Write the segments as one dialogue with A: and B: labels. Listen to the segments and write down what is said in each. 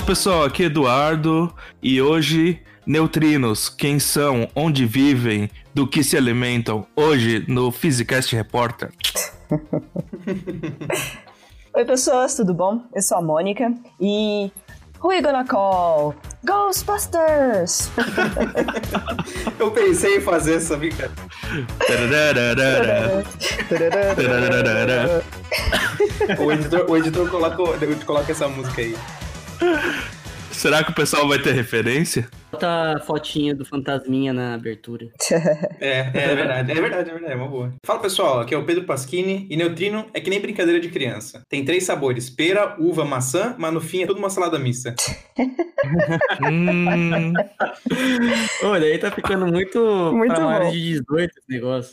A: pessoal, aqui é Eduardo e hoje neutrinos, quem são, onde vivem, do que se alimentam, hoje no Physicast Repórter.
B: Oi pessoas, tudo bom? Eu sou a Mônica e... Who we gonna call? Ghostbusters!
C: Eu pensei em fazer essa brincadeira. O editor coloca essa música aí.
A: Será que o pessoal vai ter referência?
D: Bota a fotinha do fantasminha na abertura.
C: É verdade, é uma boa. Fala pessoal, aqui é o Pedro Pasquini e neutrino é que nem brincadeira de criança. Tem 3 sabores, pera, uva, maçã, mas no fim é tudo uma salada mista.
D: Olha, aí tá ficando muito pra maiores de 18 esse negócio.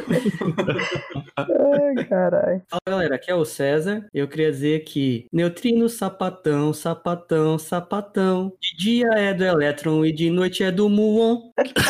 B: Ai, caralho.
D: Fala galera, aqui é o César. Eu queria dizer que neutrino, sapatão, sapatão, sapatão. De dia é do elétron e de noite é do muon.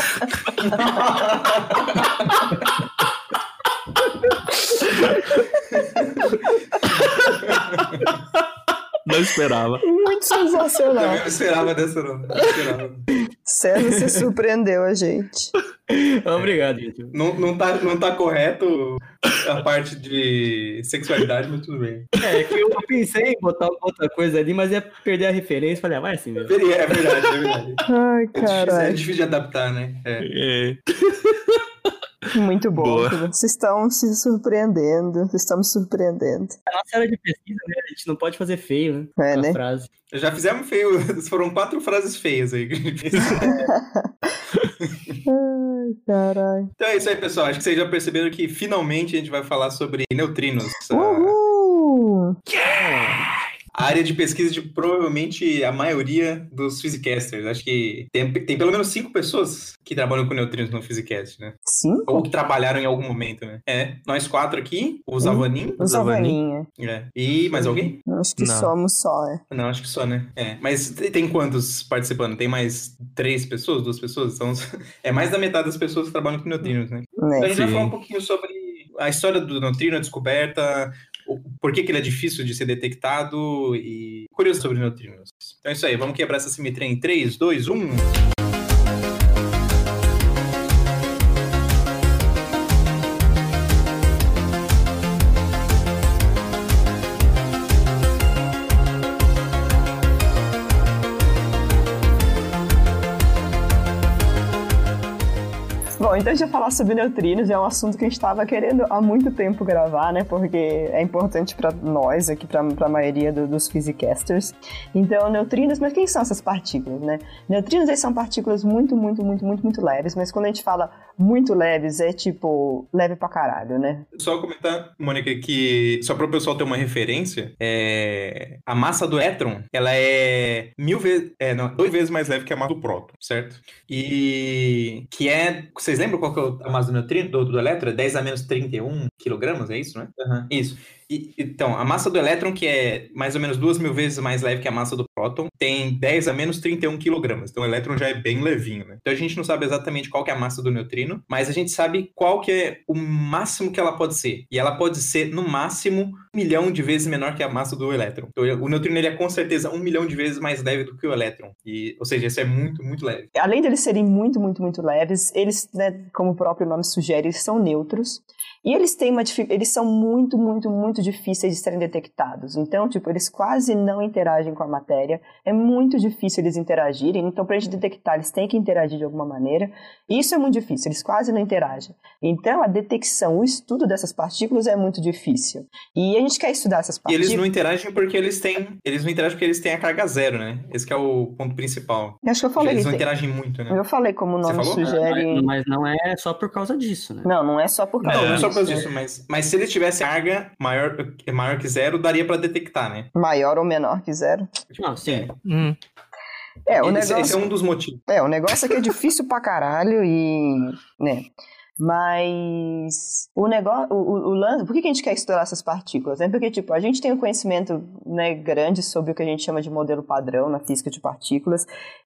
A: Não esperava.
B: Muito sensacional.
C: Eu não esperava dessa, não.
B: César, você surpreendeu a gente.
D: Obrigado, gente.
C: Não tá correto a parte de sexualidade, mas tudo bem.
D: É que eu pensei em botar outra coisa ali, mas ia perder a referência. Falei, vai assim mesmo.
C: É verdade.
B: Ai,
C: É
B: caralho.
C: difícil de adaptar, né?
B: Muito bom.
A: Boa.
B: Vocês estão se surpreendendo. Vocês estão me surpreendendo.
D: A nossa área de pesquisa, né? A gente não pode fazer feio, né?
B: É,
D: A
B: né?
D: frase.
C: Já fizemos feio. Foram 4 frases feias aí que a gente fez.
B: Ai, caralho.
C: Então é isso aí, pessoal. Acho que vocês já perceberam que finalmente a gente vai falar sobre neutrinos.
B: Uhul!
C: A área de pesquisa de provavelmente a maioria dos Physicasters. Acho que tem pelo menos 5 pessoas que trabalham com neutrinos no Physicast, né?
B: 5?
C: Ou que trabalharam em algum momento, né? Nós 4 aqui, o Zavanin.
B: O Zavaninha.
C: E mais alguém?
B: Acho que
A: Não.
B: somos só,
C: Não, acho que só, né? Mas tem quantos participando? Tem mais 3 pessoas, 2 pessoas? Então, é mais da metade das pessoas que trabalham com neutrinos, né? Então a gente vai
A: Sim.
C: falar um pouquinho sobre a história do neutrino, a descoberta, por que ele é difícil de ser detectado e curioso sobre neutrinos. Então é isso aí, vamos quebrar essa simetria em 3, 2, 1...
B: Bom, então a gente vai falar sobre neutrinos, é um assunto que a gente estava querendo há muito tempo gravar, né, porque é importante para nós aqui, para a maioria dos physicasters. Então, neutrinos, mas quem são essas partículas, né? Neutrinos, eles são partículas muito leves, mas quando a gente fala muito leves, é tipo, leve pra caralho, né?
C: Só comentar, Mônica, que só para o pessoal ter uma referência, a massa do elétron, ela é 2 vezes mais leve que a massa do próton, certo? E que vocês lembram qual que é a massa do neutrino, do elétron? É 10 a menos 31 quilogramas, é isso, né? Uhum. Isso. Então, a massa do elétron, que é mais ou menos 2.000 vezes mais leve que a massa do próton, tem 10 a menos 31 quilogramas. Então, o elétron já é bem levinho, né? Então, a gente não sabe exatamente qual que é a massa do neutrino, mas a gente sabe qual que é o máximo que ela pode ser. E ela pode ser, no máximo, 1 milhão de vezes menor que a massa do elétron. Então, o neutrino, ele é com certeza 1 milhão de vezes mais leve do que o elétron. Ou seja, isso é muito leve.
B: Além de eles serem muito leves, eles, né, como o próprio nome sugere, eles são neutros. E eles são muito difíceis de serem detectados. Então, tipo, eles quase não interagem com a matéria. É muito difícil eles interagirem. Então, para a gente detectar, eles têm que interagir de alguma maneira. E isso é muito difícil, eles quase não interagem. Então, a detecção, o estudo dessas partículas é muito difícil. E a gente quer estudar essas
C: E
B: partículas.
C: eles não interagem porque eles não interagem porque eles têm a carga zero, né? Esse que é o ponto principal.
B: Acho que eu falei.
C: Eles não interagem muito, né?
B: Eu falei como o nome sugere.
D: Mas não é só por causa disso, né?
B: Não é só por causa
C: Não é só
B: disso.
C: por causa disso, mas se eles tivessem carga maior que zero, daria pra detectar, né?
B: Maior ou menor que zero.
D: Não, sim.
B: O negócio...
C: Esse é um dos motivos.
B: O negócio é que é difícil pra caralho e, né, Mas o negócio, o lance, por que a gente quer estudar essas partículas? Né? Porque, tipo, a gente tem um conhecimento, né, grande sobre o que a gente chama de modelo padrão na física de partículas,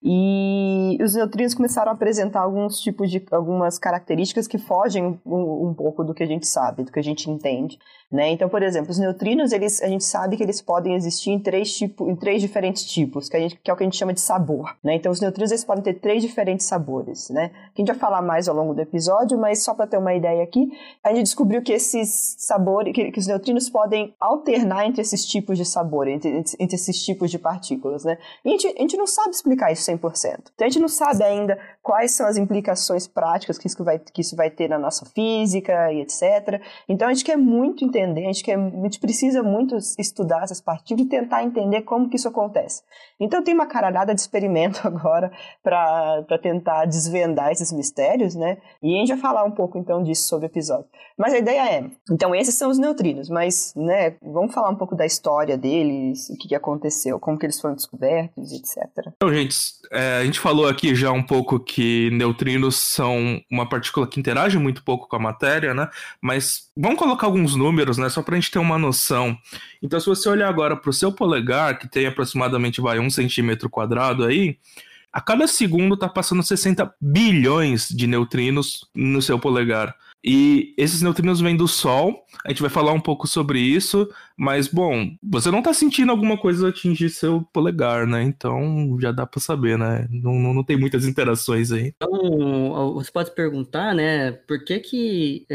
B: e os neutrinos começaram a apresentar algumas características que fogem um pouco do que a gente sabe, do que a gente entende, né? Então, por exemplo, os neutrinos, a gente sabe que eles podem existir em três diferentes tipos, que é o que a gente chama de sabor, né? Então, os neutrinos, eles podem ter 3 diferentes sabores, né? Que a gente vai falar mais ao longo do episódio, mas só para ter uma ideia aqui, a gente descobriu que esses sabores, que os neutrinos podem alternar entre esses tipos de sabor, entre esses tipos de partículas, né? E a gente não sabe explicar isso 100%. Então, a gente não sabe ainda quais são as implicações práticas que isso vai ter na nossa física e etc. Então, a gente quer muito entender, a gente precisa muito estudar essas partículas e tentar entender como que isso acontece. Então, tem uma caralhada de experimento agora para tentar desvendar esses mistérios, né? E a gente vai falar um pouco, então, disso sobre o episódio. Mas a ideia é, então, esses são os neutrinos, mas, né, vamos falar um pouco da história deles, o que aconteceu, como que eles foram descobertos, etc.
A: Então, gente, a gente falou aqui já um pouco que neutrinos são uma partícula que interage muito pouco com a matéria, né? Mas vamos colocar alguns números, né? Só pra gente ter uma noção. Então, se você olhar agora pro seu polegar, que tem aproximadamente 1 centímetro quadrado aí, a cada segundo tá passando 60 bilhões de neutrinos no seu polegar. E esses neutrinos vêm do Sol, a gente vai falar um pouco sobre isso, mas, bom, você não tá sentindo alguma coisa atingir seu polegar, né? Então, já dá pra saber, né? Não tem muitas interações aí.
D: Então, você pode perguntar, né, por que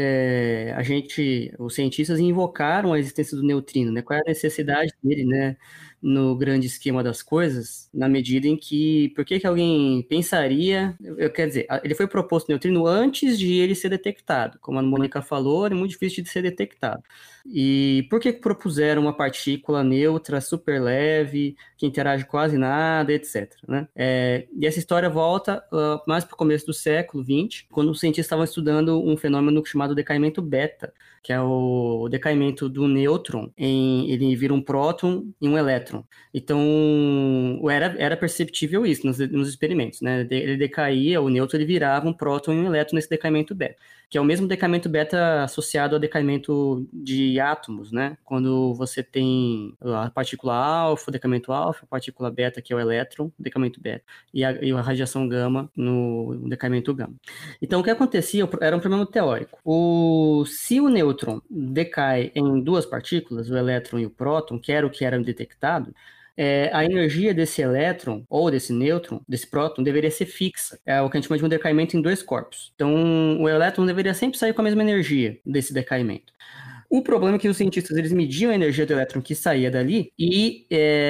D: os cientistas invocaram a existência do neutrino, né? Qual é a necessidade dele, né, no grande esquema das coisas, na medida em que, por que alguém pensaria, quer dizer, ele foi proposto o neutrino antes de ele ser detectado, como a Mônica falou, é muito difícil de ser detectado. E por que propuseram uma partícula neutra, super leve, que interage quase nada, etc, né? E essa história volta mais para o começo do século XX, quando os cientistas estavam estudando um fenômeno chamado decaimento beta, que é o decaimento do nêutron, ele vira um próton e um elétron. Então, era perceptível isso nos experimentos, né? Ele decaía, o nêutron ele virava um próton e um elétron nesse decaimento beta, que é o mesmo decaimento beta associado ao decaimento de átomos, né? Quando você tem a partícula alfa, o decaimento alfa, a partícula beta, que é o elétron, o decaimento beta, e a radiação gama no decaimento gama. Então, o que acontecia era um problema teórico. Se o nêutron decai em 2 partículas, o elétron e o próton, que era o que era detectado, a energia desse elétron ou desse nêutron, desse próton, deveria ser fixa. É o que a gente chama de um decaimento em 2 corpos. Então, o elétron deveria sempre sair com a mesma energia desse decaimento. O problema é que os cientistas eles mediam a energia do elétron que saía dali e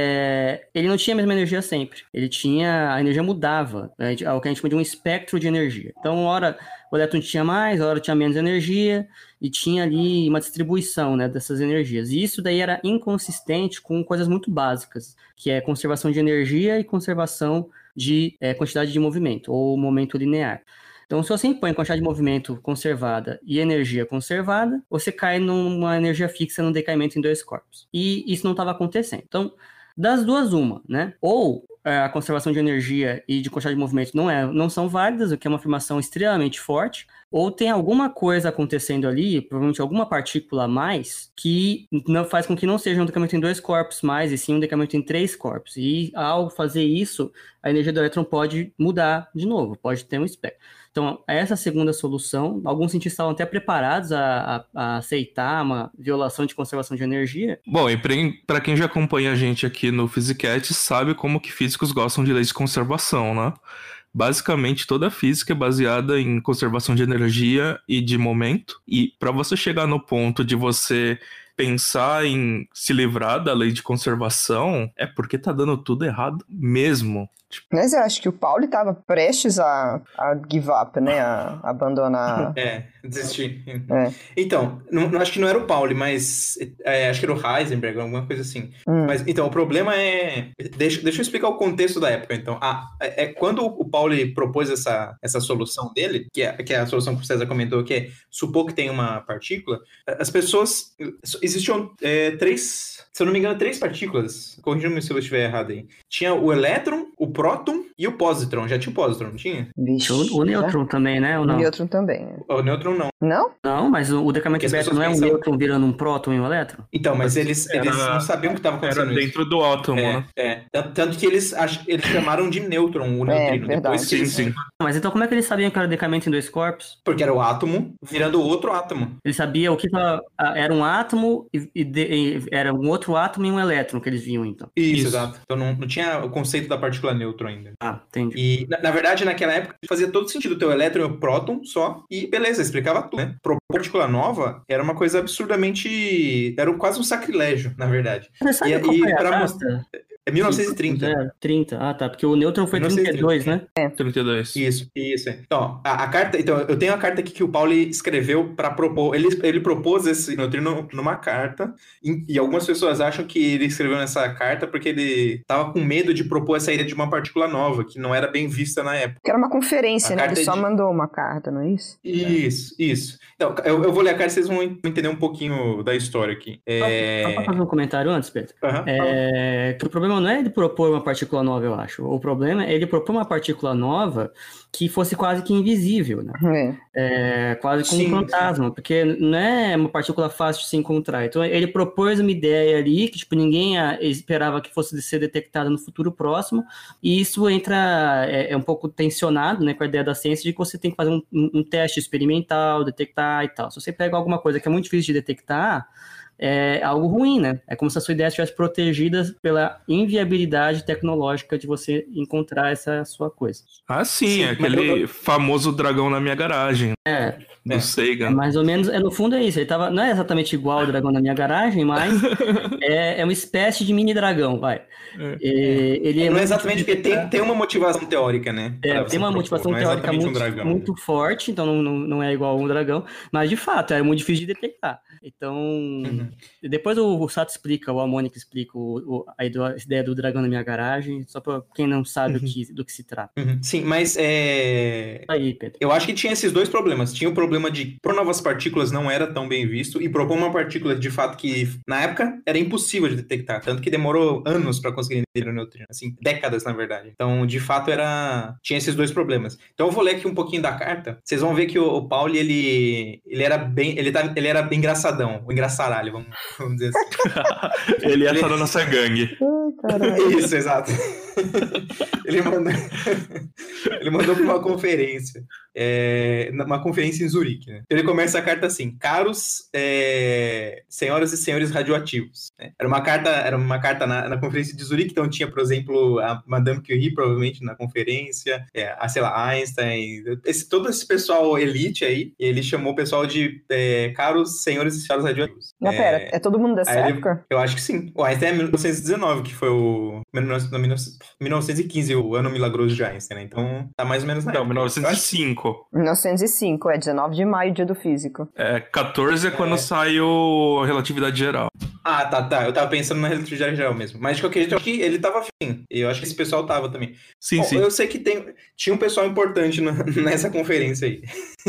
D: ele não tinha a mesma energia sempre. A energia mudava, o que a gente chama de um espectro de energia. Então, uma hora o elétron tinha mais, a hora tinha menos energia e tinha ali uma distribuição, né, dessas energias. E isso daí era inconsistente com coisas muito básicas, que é conservação de energia e conservação de quantidade de movimento, ou momento linear. Então, se você impõe quantidade de movimento conservada e energia conservada, você cai numa energia fixa no decaimento em 2 corpos. E isso não estava acontecendo. Então, das duas, uma, né? Ou a conservação de energia e de quantidade de movimento não são válidas, o que é uma afirmação extremamente forte, ou tem alguma coisa acontecendo ali, provavelmente alguma partícula a mais, que não faz com que não seja um decaimento em 2 corpos mais, e sim um decaimento em 3 corpos. E ao fazer isso, a energia do elétron pode mudar de novo, pode ter um espectro. Então, essa segunda solução, alguns cientistas estavam até preparados a aceitar uma violação de conservação de energia.
A: Bom, e para quem já acompanha a gente aqui no PhysiCast, sabe como que físicos gostam de leis de conservação, né? Basicamente, toda a física é baseada em conservação de energia e de momento. E para você chegar no ponto de você pensar em se livrar da lei de conservação, é porque tá dando tudo errado mesmo.
B: Mas eu acho que o Pauli estava prestes a give up, né? A abandonar.
C: Desistir. Então, não acho que não era o Pauli, mas acho que era o Heisenberg, alguma coisa assim. Mas, então, o problema é... Deixa eu explicar o contexto da época, então. Quando o Pauli propôs essa solução dele, que é a solução que o César comentou, que é supor que tem uma partícula, as pessoas... Existiam 3 se eu não me engano, 3 partículas. Corrija-me se eu estiver errado aí. Tinha o elétron, o próton e o positron. Já tinha o positron, não tinha?
B: Vixe,
D: O nêutron também, né? Ou
B: O
D: não?
B: nêutron também.
C: O nêutron não.
B: Não?
D: Não, mas o decaimento
C: Porque as
D: beta não é um
C: pessoas
D: nêutron virando um próton e um elétron?
C: Então, mas eles não sabiam o que estava acontecendo.
A: Era dentro do átomo, né?
C: Tanto que eles chamaram de nêutron o neutrino.
B: Verdade.
C: Depois que eles...
A: Sim.
D: Mas então como é que eles sabiam que era decaimento em 2 corpos?
C: Porque era o átomo virando outro átomo.
D: Eles sabiam o que era um átomo e era um outro átomo e um elétron que eles viam, então.
C: Isso, exato. Então não tinha o conceito da partícula nêutron ainda.
D: Ah, entendi.
C: E, na verdade, naquela época, fazia todo sentido ter o elétron e o próton só, e beleza, explicava tudo, né? Propor partícula nova era uma coisa absurdamente... Era quase um sacrilégio, na verdade.
D: Você sabe qual foi a data?
C: É 1930.
D: 30. Ah, tá. Porque o nêutron foi 32, né?
A: 32.
C: Isso. Então, a carta... Então, eu tenho a carta aqui que o Pauli escreveu para propor... Ele propôs esse neutrino numa carta, e algumas pessoas acham que ele escreveu nessa carta porque ele estava com medo de propor essa ideia de uma partícula nova, que não era bem vista na época.
B: Que era uma conferência, né? Ele só mandou uma carta, não é isso?
C: Isso. Então, eu vou ler a carta e vocês vão entender um pouquinho da história aqui.
D: Só para fazer um comentário antes, Pedro. Que o problema não é ele propor uma partícula nova, eu acho. O problema é ele propor uma partícula nova que fosse quase que invisível, né? Quase como um fantasma, porque não é uma partícula fácil de se encontrar. Então, ele propôs uma ideia ali que, tipo, ninguém esperava que fosse ser detectada no futuro próximo, e isso entra, um pouco tensionado, né, com a ideia da ciência de que você tem que fazer um teste experimental, detectar e tal. Se você pega alguma coisa que é muito difícil de detectar, é algo ruim, né? É como se a sua ideia estivesse protegida pela inviabilidade tecnológica de você encontrar essa sua coisa.
A: Ah, sim, aquele famoso dragão na minha garagem. Do Sega.
D: Mais ou menos, no fundo é isso. Ele não é exatamente igual ao dragão na minha garagem, mas é uma espécie de mini dragão, vai. Ele
C: não é exatamente porque tem uma motivação teórica, né?
D: Tem uma motivação teórica muito forte, então não é igual a um dragão, mas de fato é muito difícil de detectar. Então, depois o Sato explica, o Harmônica explica a ideia do dragão na minha garagem, só para quem não sabe do que se trata.
C: Sim, mas
D: Aí, Pedro.
C: Eu acho que tinha esses dois problemas. Tinha o problema de propor novas partículas não era tão bem visto, e propor uma partícula de fato que, na época, era impossível de detectar, tanto que demorou anos para conseguir entender o neutrino, assim, décadas, na verdade. Então, de fato, tinha esses dois problemas. Então, eu vou ler aqui um pouquinho da carta. Vocês vão ver que o Pauli, ele era bem engraçadão, o engraçaralho, vamos dizer assim.
A: Ele ia estar na nossa gangue.
C: Isso, exato. Ele mandou para uma conferência. Uma conferência em Zurique, né? Ele começa a carta assim: caros senhoras e senhores radioativos, né? Era uma carta na conferência de Zurique, então tinha, por exemplo, a Madame Curie, provavelmente, na conferência, sei lá, Einstein, todo esse pessoal elite aí, ele chamou o pessoal de caros senhores e senhoras radioativos.
B: Mas pera, é todo mundo dessa época?
C: Eu acho que sim. O Einstein é 1919, que foi 1915, o ano milagroso de Einstein, né? Então tá mais ou menos na época.
A: 1905.
B: 1905, 19 de maio, dia do físico.
A: 14 é quando sai a relatividade geral.
C: Ah, tá. Eu tava pensando na relatividade geral mesmo. Mas de qualquer jeito, eu acho que ele tava afim. E eu acho que esse pessoal tava também.
A: Sim.
C: Eu sei que tinha um pessoal importante nessa conferência aí.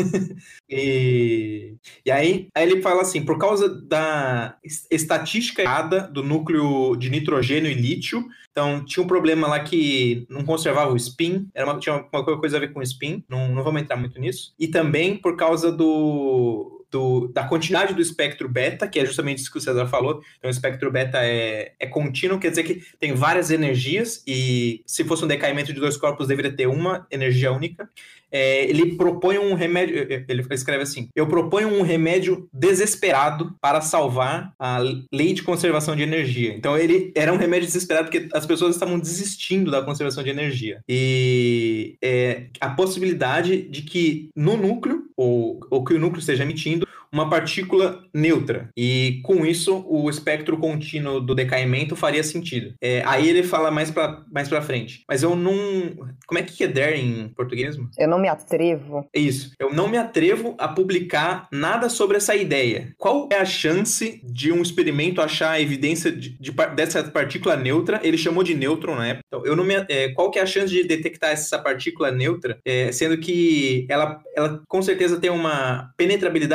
C: E aí ele fala assim: por causa da estatística errada do núcleo de nitrogênio e lítio, então tinha um problema lá que não conservava o spin, tinha uma coisa a ver com o spin, não vamos entrar muito nisso. E também por causa da quantidade do espectro beta, que é justamente isso que o César falou. Então, o espectro beta é contínuo, quer dizer que tem várias energias, e se fosse um decaimento de 2 corpos, deveria ter uma energia única. Ele propõe um remédio, ele escreve assim: eu proponho um remédio desesperado para salvar a lei de conservação de energia. Então, ele era um remédio desesperado porque as pessoas estavam desistindo da conservação de energia. E a possibilidade de que no núcleo, ou que o núcleo esteja emitindo uma partícula neutra. E com isso, o espectro contínuo do decaimento faria sentido. Aí ele fala mais pra frente. Mas eu não... Como é que é there em português?
B: Eu não me atrevo.
C: É isso. Eu não me atrevo a publicar nada sobre essa ideia. Qual é a chance de um experimento achar a evidência dessa partícula neutra? Ele chamou de nêutron na época. Então, qual que é a chance de detectar essa partícula neutra? Sendo que ela com certeza tem uma penetrabilidade pelo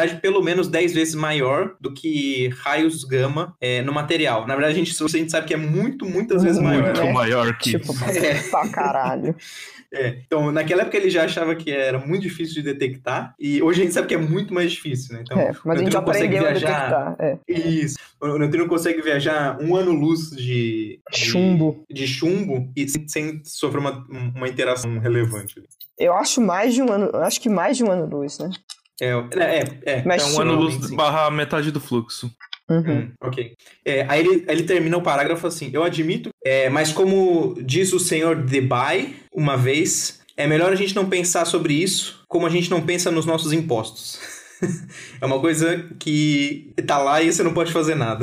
C: menos 10 vezes maior do que raios gama no material. Na verdade, a gente sabe que é muitas vezes maior.
A: Muito maior que
B: Tipo,
A: isso.
B: pra caralho.
C: Então, naquela época ele já achava que era muito difícil de detectar, e hoje a gente sabe que é muito mais difícil, né? Então,
B: Mas a gente aprendeu a detectar.
C: Isso. O neutrino consegue viajar 1 ano-luz de chumbo e sem sofrer uma interação relevante.
B: Eu acho mais de 1 ano, acho que mais de 1 ano-luz, né?
A: Mas é 1 ano-luz barra metade do fluxo.
C: Ok. Aí ele termina o parágrafo assim: eu admito, mas como diz o senhor Debye uma vez, é melhor a gente não pensar sobre isso como a gente não pensa nos nossos impostos. É uma coisa que tá lá e você não pode fazer nada.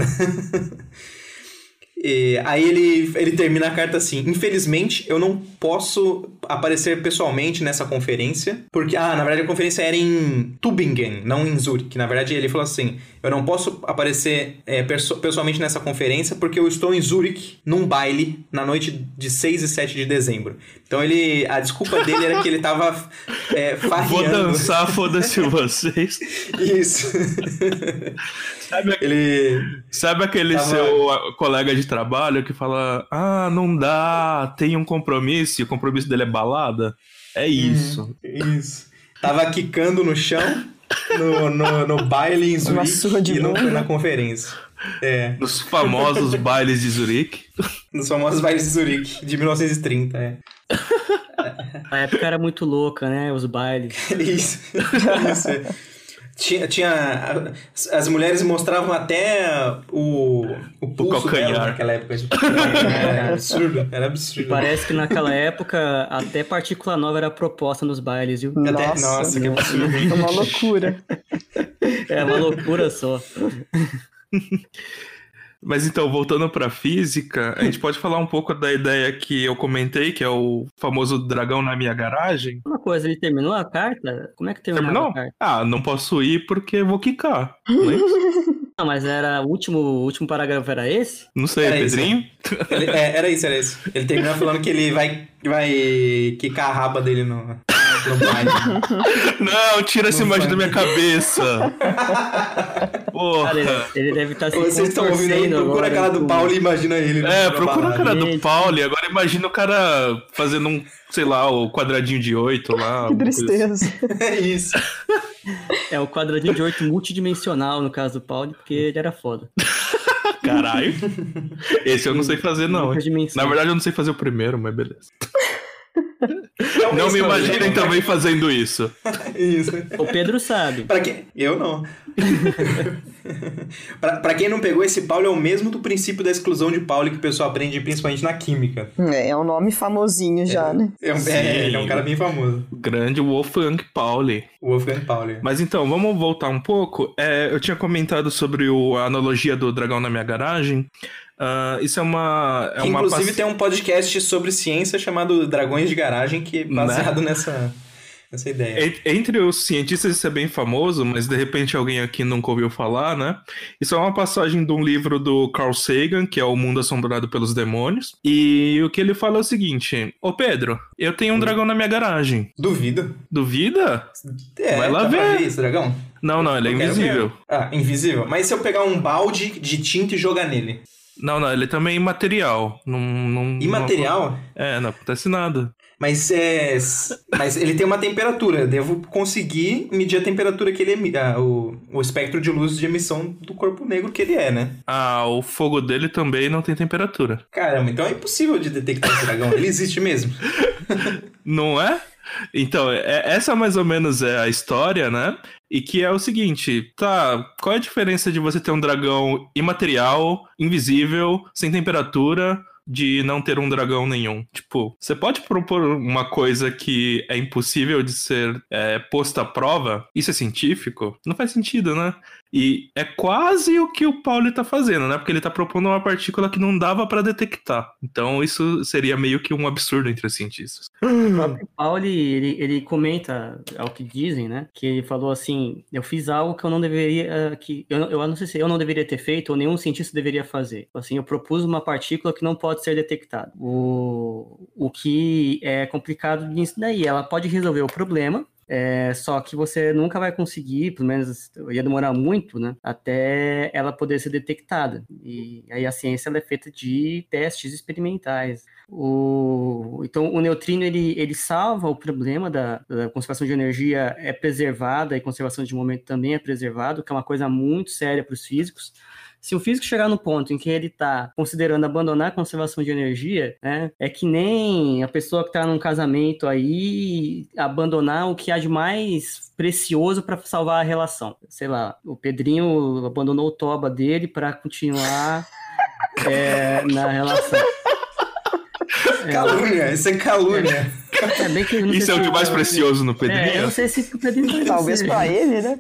C: Aí ele termina a carta assim: infelizmente eu não posso aparecer pessoalmente nessa conferência, porque, na verdade a conferência era em Tübingen, não em Zurique. Na verdade ele falou assim: eu não posso aparecer pessoalmente nessa conferência porque eu estou em Zurique num baile na noite de 6 e 7 de dezembro. Então a desculpa dele era que ele tava farreando.
A: Vou dançar, foda-se vocês.
C: Isso.
A: Sabe aquele seu colega de trabalho que fala: não dá, tem um compromisso, e o compromisso dele é balada? É isso.
C: Isso. Tava quicando no chão, no baile em Zurique e na conferência.
A: Nos famosos bailes de Zurique.
C: Nos famosos bailes de Zurique, de 1930,
D: A época era muito louca, né? Os bailes.
C: Isso. Tinha as mulheres mostravam até o pulso dela naquela época. Era absurdo.
D: E parece que naquela época até partícula nova era proposta nos bailes, viu?
C: Nossa, que absurdo.
B: É uma loucura.
D: É uma loucura só.
A: Mas então, voltando pra física, a gente pode falar um pouco da ideia que eu comentei, que é o famoso dragão na minha garagem?
D: Uma coisa, ele terminou a carta? Como é que terminou a carta?
A: Não posso ir porque vou quicar. Não é isso?
D: Não, mas era o último parágrafo era esse?
A: Não sei, era Pedrinho?
C: Era isso. Ele terminou falando que ele vai quicar a raba dele no baile.
A: Não, tira essa imagem da minha cabeça. Porra.
D: Cara, ele deve estar se
C: Vocês estão ouvindo aí? Procura a cara do Paulo e imagina ele.
A: Procura a cara do Paulo e agora imagina o cara fazendo o quadradinho de 8 lá.
B: Que tristeza.
C: Assim. É isso.
D: É o quadradinho de 8 multidimensional, no caso do Paulo, porque ele era foda.
A: Caralho. Esse eu não sei fazer, não. Na verdade, eu não sei fazer o primeiro, mas beleza. Não me imaginem também fazendo isso.
C: Isso.
D: O Pedro sabe.
C: Pra quem? Eu não. Pra quem não pegou, esse Pauli é o mesmo do princípio da exclusão de Pauli que o pessoal aprende principalmente na química.
B: É um nome famosinho já, né?
C: Ele é um cara bem famoso.
A: Grande Wolfgang Pauli. Mas então, vamos voltar um pouco. Eu tinha comentado sobre a analogia do dragão na minha garagem. Isso
C: Inclusive tem um podcast sobre ciência chamado Dragões de Garagem, que é baseado nessa ideia.
A: Entre os cientistas isso é bem famoso, mas de repente alguém aqui nunca ouviu falar, né? Isso é uma passagem de um livro do Carl Sagan, que é O Mundo Assombrado pelos Demônios. E o que ele fala é o seguinte: Ô Pedro, eu tenho um dragão na minha garagem. Duvida? Vai lá ver.
C: Esse dragão?
A: Não, ele é invisível.
C: Invisível? Mas se eu pegar um balde de tinta e jogar nele?
A: Não, ele também é imaterial.
C: Imaterial?
A: Não acontece nada.
C: Mas ele tem uma temperatura. Eu devo conseguir medir a temperatura que ele emite, o espectro de luz de emissão do corpo negro que ele é, né?
A: O fogo dele também não tem temperatura.
C: Caramba, então é impossível de detectar esse dragão. Ele existe mesmo.
A: Não é? Então, essa mais ou menos é a história, né? E que é o seguinte, qual é a diferença de você ter um dragão imaterial, invisível, sem temperatura, de não ter um dragão nenhum? Tipo, você pode propor uma coisa que é impossível de ser posta à prova? Isso é científico? Não faz sentido, né? E é quase o que o Pauli tá fazendo, né? Porque ele tá propondo uma partícula que não dava pra detectar. Então isso seria meio que um absurdo entre os cientistas.
D: O próprio Pauli, ele comenta, ao que dizem, né? Que ele falou assim: eu fiz algo que eu não deveria, eu não sei se eu não deveria ter feito ou nenhum cientista deveria fazer. Assim, eu propus uma partícula que não pode ser detectada. O que é complicado nisso daí, ela pode resolver o problema, Só que você nunca vai conseguir, pelo menos ia demorar muito, né, até ela poder ser detectada. E aí a ciência ela é feita de testes experimentais. Então o neutrino ele salva o problema da conservação de energia, é preservada, e conservação de momento também é preservado, que é uma coisa muito séria para os físicos. Se o físico chegar no ponto em que ele está considerando abandonar a conservação de energia, né, é que nem a pessoa que está num casamento aí abandonar o que há de mais precioso para salvar a relação. Sei lá, o Pedrinho abandonou o toba dele para continuar na relação.
C: Calúnia, isso é calúnia.
D: Bem que
A: isso é o que mais precioso no Pedrinho?
D: Eu não sei se o Pedrinho
B: talvez para ele, né?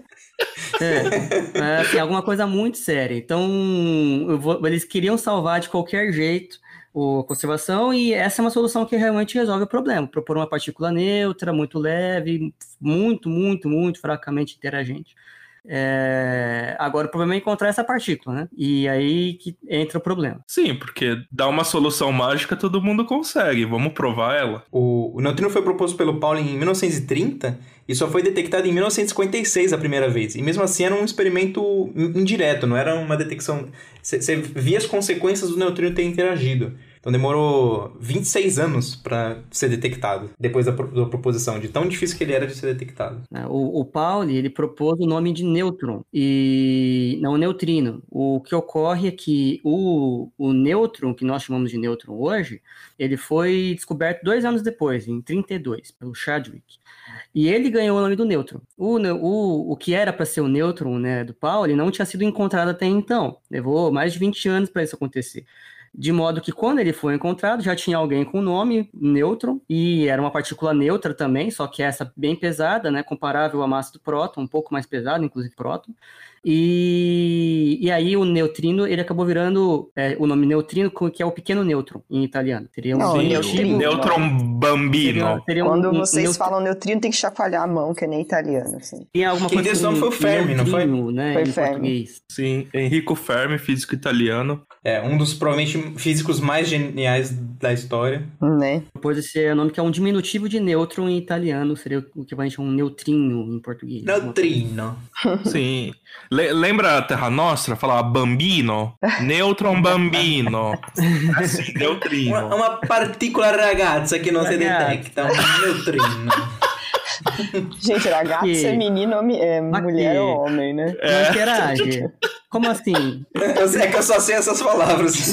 D: Assim, alguma coisa muito séria. Então, eles queriam salvar de qualquer jeito a conservação, e essa é uma solução que realmente resolve o problema. Propor uma partícula neutra, muito leve, muito, muito, muito fracamente interagente. Agora o problema é encontrar essa partícula, né? E aí que entra o problema.
A: Sim, porque dá uma solução mágica, todo mundo consegue. Vamos provar ela.
C: O neutrino foi proposto pelo Pauling em 1930 e só foi detectado em 1956 a primeira vez. E mesmo assim era um experimento indireto, não era uma detecção... Você via as consequências do neutrino ter interagido. Então demorou 26 anos para ser detectado, depois da proposição, de tão difícil que ele era de ser detectado.
D: O Pauli, ele propôs o nome de nêutron, e não neutrino. O que ocorre é que o nêutron, que nós chamamos de nêutron hoje, ele foi descoberto 2 anos depois, em 32, pelo Chadwick. E ele ganhou o nome do nêutron. O que era para ser o nêutron, né, do Pauli não tinha sido encontrado até então. Levou mais de 20 anos para isso acontecer. De modo que quando ele foi encontrado, já tinha alguém com o nome nêutron, e era uma partícula neutra também, só que essa bem pesada, né, comparável à massa do próton, um pouco mais pesada, inclusive próton. E aí o neutrino, ele acabou virando o nome neutrino, que é o pequeno nêutron, em italiano. Seria
A: Neutron bambino.
B: Quando vocês falam neutrino, tem que chacoalhar a mão, que é nem italiano. Assim.
D: Tem alguma
C: Quem
D: coisa
C: testou foi o Fermi, não foi?
D: Né,
B: foi
D: em
B: Fermi.
D: português.
A: Sim, Enrico Fermi, físico italiano.
C: Um dos, provavelmente, físicos mais geniais da história.
B: Né?
D: Depois esse nome que é um diminutivo de nêutron em italiano, seria o equivalente a um neutrino em português.
C: Neutrino.
A: Sim. Lembra a Terra Nostra? Falava bambino? Neutron bambino. Assim, neutrino.
C: Uma partícula ragazza que não se detecta. Um neutrino.
B: Gente, ragazza é menino, mulher ou homem, né?
D: Não interage. Como assim?
C: É que eu só sei essas palavras.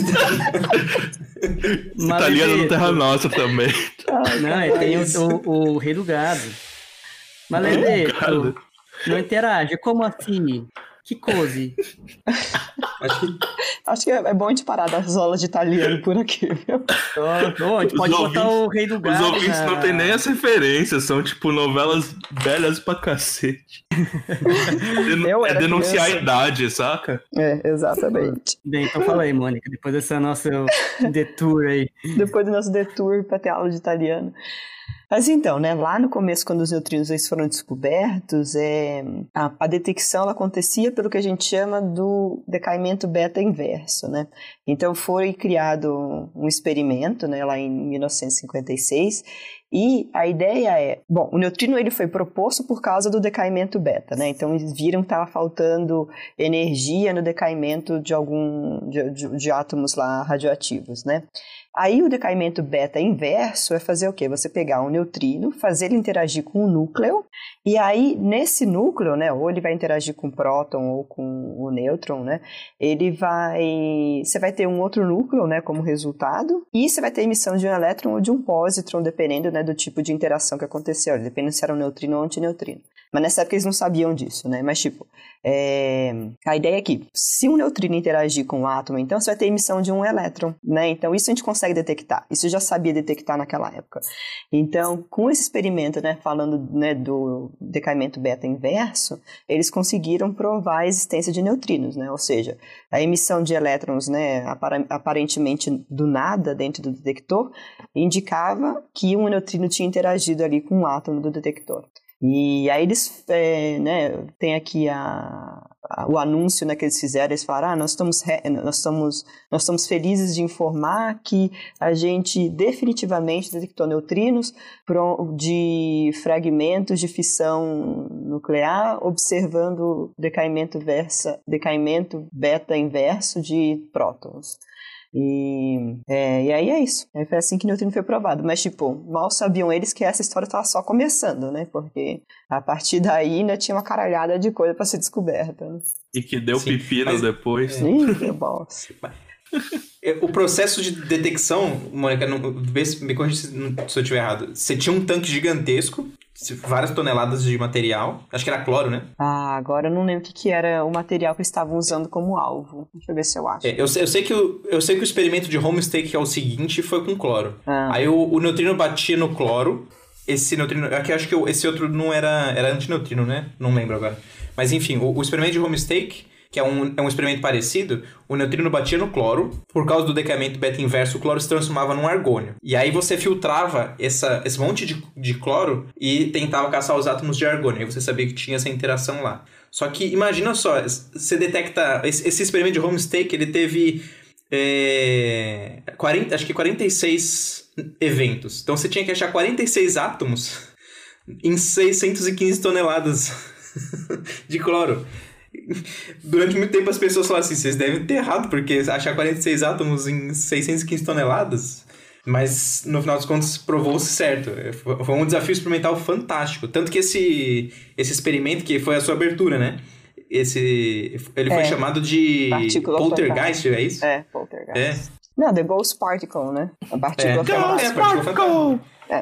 A: Italiano no Terra Nostra também.
D: Não, tem o rei do gado. Maledetto, não interage. Como assim? Que cose?
B: Acho que é bom a gente parar das aulas de italiano por aqui, viu?
D: A gente pode botar o rei do gado.
A: Os ouvintes não tem nem as referências, são tipo novelas velhas pra cacete. Denunciar
B: criança.
A: a idade, saca?
B: Exatamente.
D: Bem, então fala aí, Mônica, depois dessa nossa detour aí.
B: Depois do nosso detour para ter aula de italiano. Mas então, né, lá no começo, quando os neutrinos eles foram descobertos, a detecção ela acontecia pelo que a gente chama do decaimento beta inverso, né? Então foi criado um experimento, né, lá em 1956, e a ideia o neutrino ele foi proposto por causa do decaimento beta, né? Então eles viram que estava faltando energia no decaimento de átomos lá radioativos, né? Aí o decaimento beta inverso é fazer o quê? Você pegar um neutrino, fazer ele interagir com um núcleo, e aí nesse núcleo, né, ou ele vai interagir com o próton ou com o nêutron, né, você vai ter um outro núcleo, né, como resultado, e você vai ter emissão de um elétron ou de um pósitron, dependendo, né, do tipo de interação que aconteceu, dependendo se era um neutrino ou antineutrino. Mas nessa época eles não sabiam disso, né? Mas tipo, a ideia é que se um neutrino interagir com um átomo, então você vai ter emissão de um elétron, né? Então isso a gente consegue detectar. Isso eu já sabia detectar naquela época. Então, com esse experimento, né, falando, né, do decaimento beta inverso, eles conseguiram provar a existência de neutrinos, né? Ou seja, a emissão de elétrons, né, aparentemente do nada dentro do detector, indicava que um neutrino tinha interagido ali com um átomo do detector. E aí eles, né, tem aqui a o anúncio, né, que eles fizeram, eles falaram, nós estamos felizes de informar que a gente definitivamente detectou neutrinos de fragmentos de fissão nuclear, observando decaimento beta inverso de prótons. E aí é isso. Aí foi assim que o neutrino foi provado. Mas, tipo, mal sabiam eles que essa história estava só começando, né? Porque a partir daí ainda tinha uma caralhada de coisa para ser descoberta. Né?
A: E que deu pepino depois.
B: Sim, deu bosta.
C: O processo de detecção, Mônica, me corrija se eu estiver errado. Você tinha um tanque gigantesco, várias toneladas de material. Acho que era cloro, né?
B: Agora eu não lembro o que era o material que eles estavam usando como alvo. Deixa eu ver se eu acho.
C: Eu sei que o experimento de Homestake é o seguinte, foi com cloro. Aí o neutrino batia no cloro. Esse neutrino... Aqui acho que esse outro não era antineutrino, né? Não lembro agora. Mas enfim, o experimento de Homestake, que é um experimento parecido, o neutrino batia no cloro, por causa do decaimento beta inverso, o cloro se transformava num argônio. E aí você filtrava esse monte de cloro e tentava caçar os átomos de argônio. E você sabia que tinha essa interação lá. Só que imagina só, você detecta... Esse experimento de Homestake, ele teve 46 eventos. Então você tinha que achar 46 átomos em 615 toneladas de cloro. Durante muito tempo as pessoas falaram assim, vocês devem ter errado, porque achar 46 átomos em 615 toneladas, mas no final dos contos provou-se certo. Foi um desafio experimental fantástico, tanto que esse experimento, que foi a sua abertura, né? Ele foi chamado de poltergeist, é isso?
B: Poltergeist. Não, the Ghost Particle, né? A partícula
C: fantasma.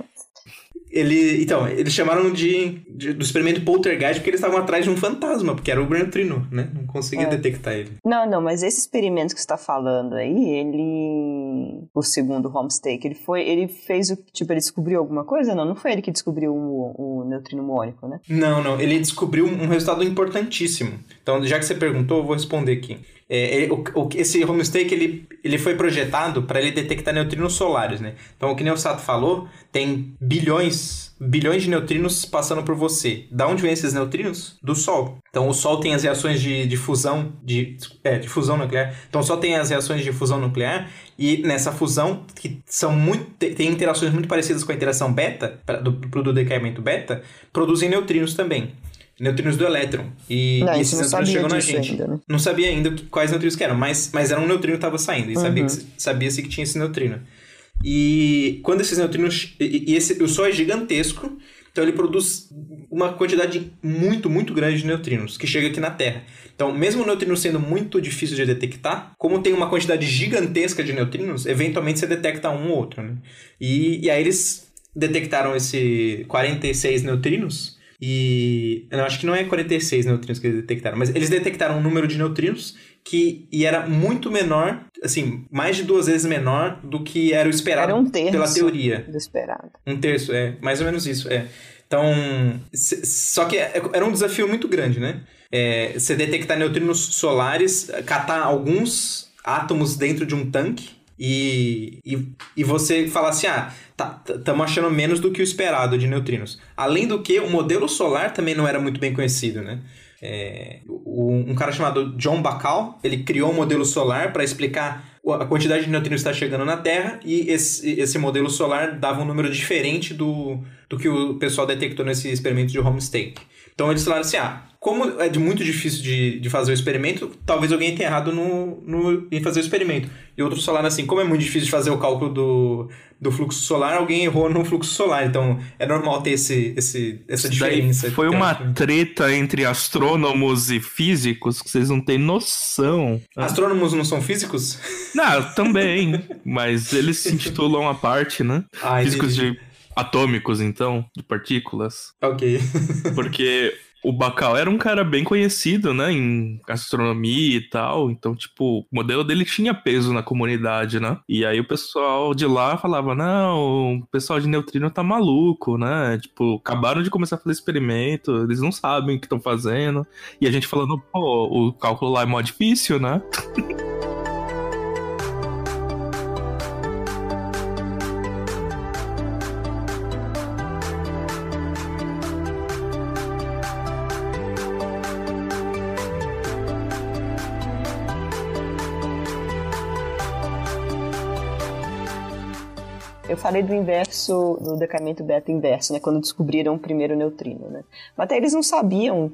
C: Eles chamaram do experimento poltergeist porque eles estavam atrás de um fantasma, porque era o neutrino, né? Não conseguia detectar ele.
B: Não, mas esse experimento que você está falando aí, o segundo Homestake, ele fez ele descobriu alguma coisa? Não foi ele que descobriu o neutrino muônico, né?
C: Não, ele descobriu um resultado importantíssimo. Então, já que você perguntou, eu vou responder aqui. Esse Homestake, ele foi projetado para ele detectar neutrinos solares, né? Então, o que o Sato falou, tem bilhões de neutrinos passando por você. Da onde vêm esses neutrinos? Do Sol. Então, o Sol tem as reações de fusão, de fusão nuclear. Então, o Sol tem as reações de fusão nuclear e nessa fusão, que tem interações muito parecidas com a interação beta, do decaimento beta, produzem neutrinos também. Neutrinos do elétron. E esses neutrinos chegam na gente. Ainda, né? Não sabia ainda quais neutrinos que eram, mas era um neutrino que estava saindo. E sabia-se que tinha esse neutrino. E quando esses neutrinos... o Sol é gigantesco, então ele produz uma quantidade muito, muito grande de neutrinos, que chega aqui na Terra. Então, mesmo o neutrino sendo muito difícil de detectar, como tem uma quantidade gigantesca de neutrinos, eventualmente você detecta um ou outro, né? E aí eles detectaram esse 46 neutrinos... eu acho que não é 46 neutrinos que eles detectaram, mas eles detectaram um número de neutrinos e era muito menor, assim, mais de 2 vezes menor do que era o esperado pela teoria.
B: Do esperado.
C: 1/3, mais ou menos isso, Então, só que era um desafio muito grande, né? Você detectar neutrinos solares, catar alguns átomos dentro de um tanque, e você fala assim, estamos achando menos do que o esperado de neutrinos. Além do que, o modelo solar também não era muito bem conhecido, né? Um cara chamado John Bacall, ele criou um modelo solar para explicar a quantidade de neutrinos que está chegando na Terra, e esse modelo solar dava um número diferente do que o pessoal detectou nesse experimento de Homestake. Então eles falaram assim, como é muito difícil de fazer o experimento, talvez alguém tenha errado em fazer o experimento. E outros falaram assim, como é muito difícil de fazer o cálculo do fluxo solar, alguém errou no fluxo solar. Então é normal ter essa diferença.
A: Foi uma treta entre astrônomos e físicos que vocês não têm noção.
C: Astrônomos não são físicos?
A: Não, também. Mas eles se intitulam à parte, né? Físicos atômicos, então, de partículas.
C: Ok.
A: Porque o Bacall era um cara bem conhecido, né, em astronomia e tal, então, tipo, o modelo dele tinha peso na comunidade, né, e aí o pessoal de lá falava, não, o pessoal de neutrino tá maluco, né, tipo, acabaram de começar a fazer experimento, eles não sabem o que estão fazendo, e a gente falando, pô, o cálculo lá é mó difícil, né.
B: eu falei do inverso, do decaimento beta inverso, né? Quando descobriram o primeiro neutrino, né? Mas até eles não sabiam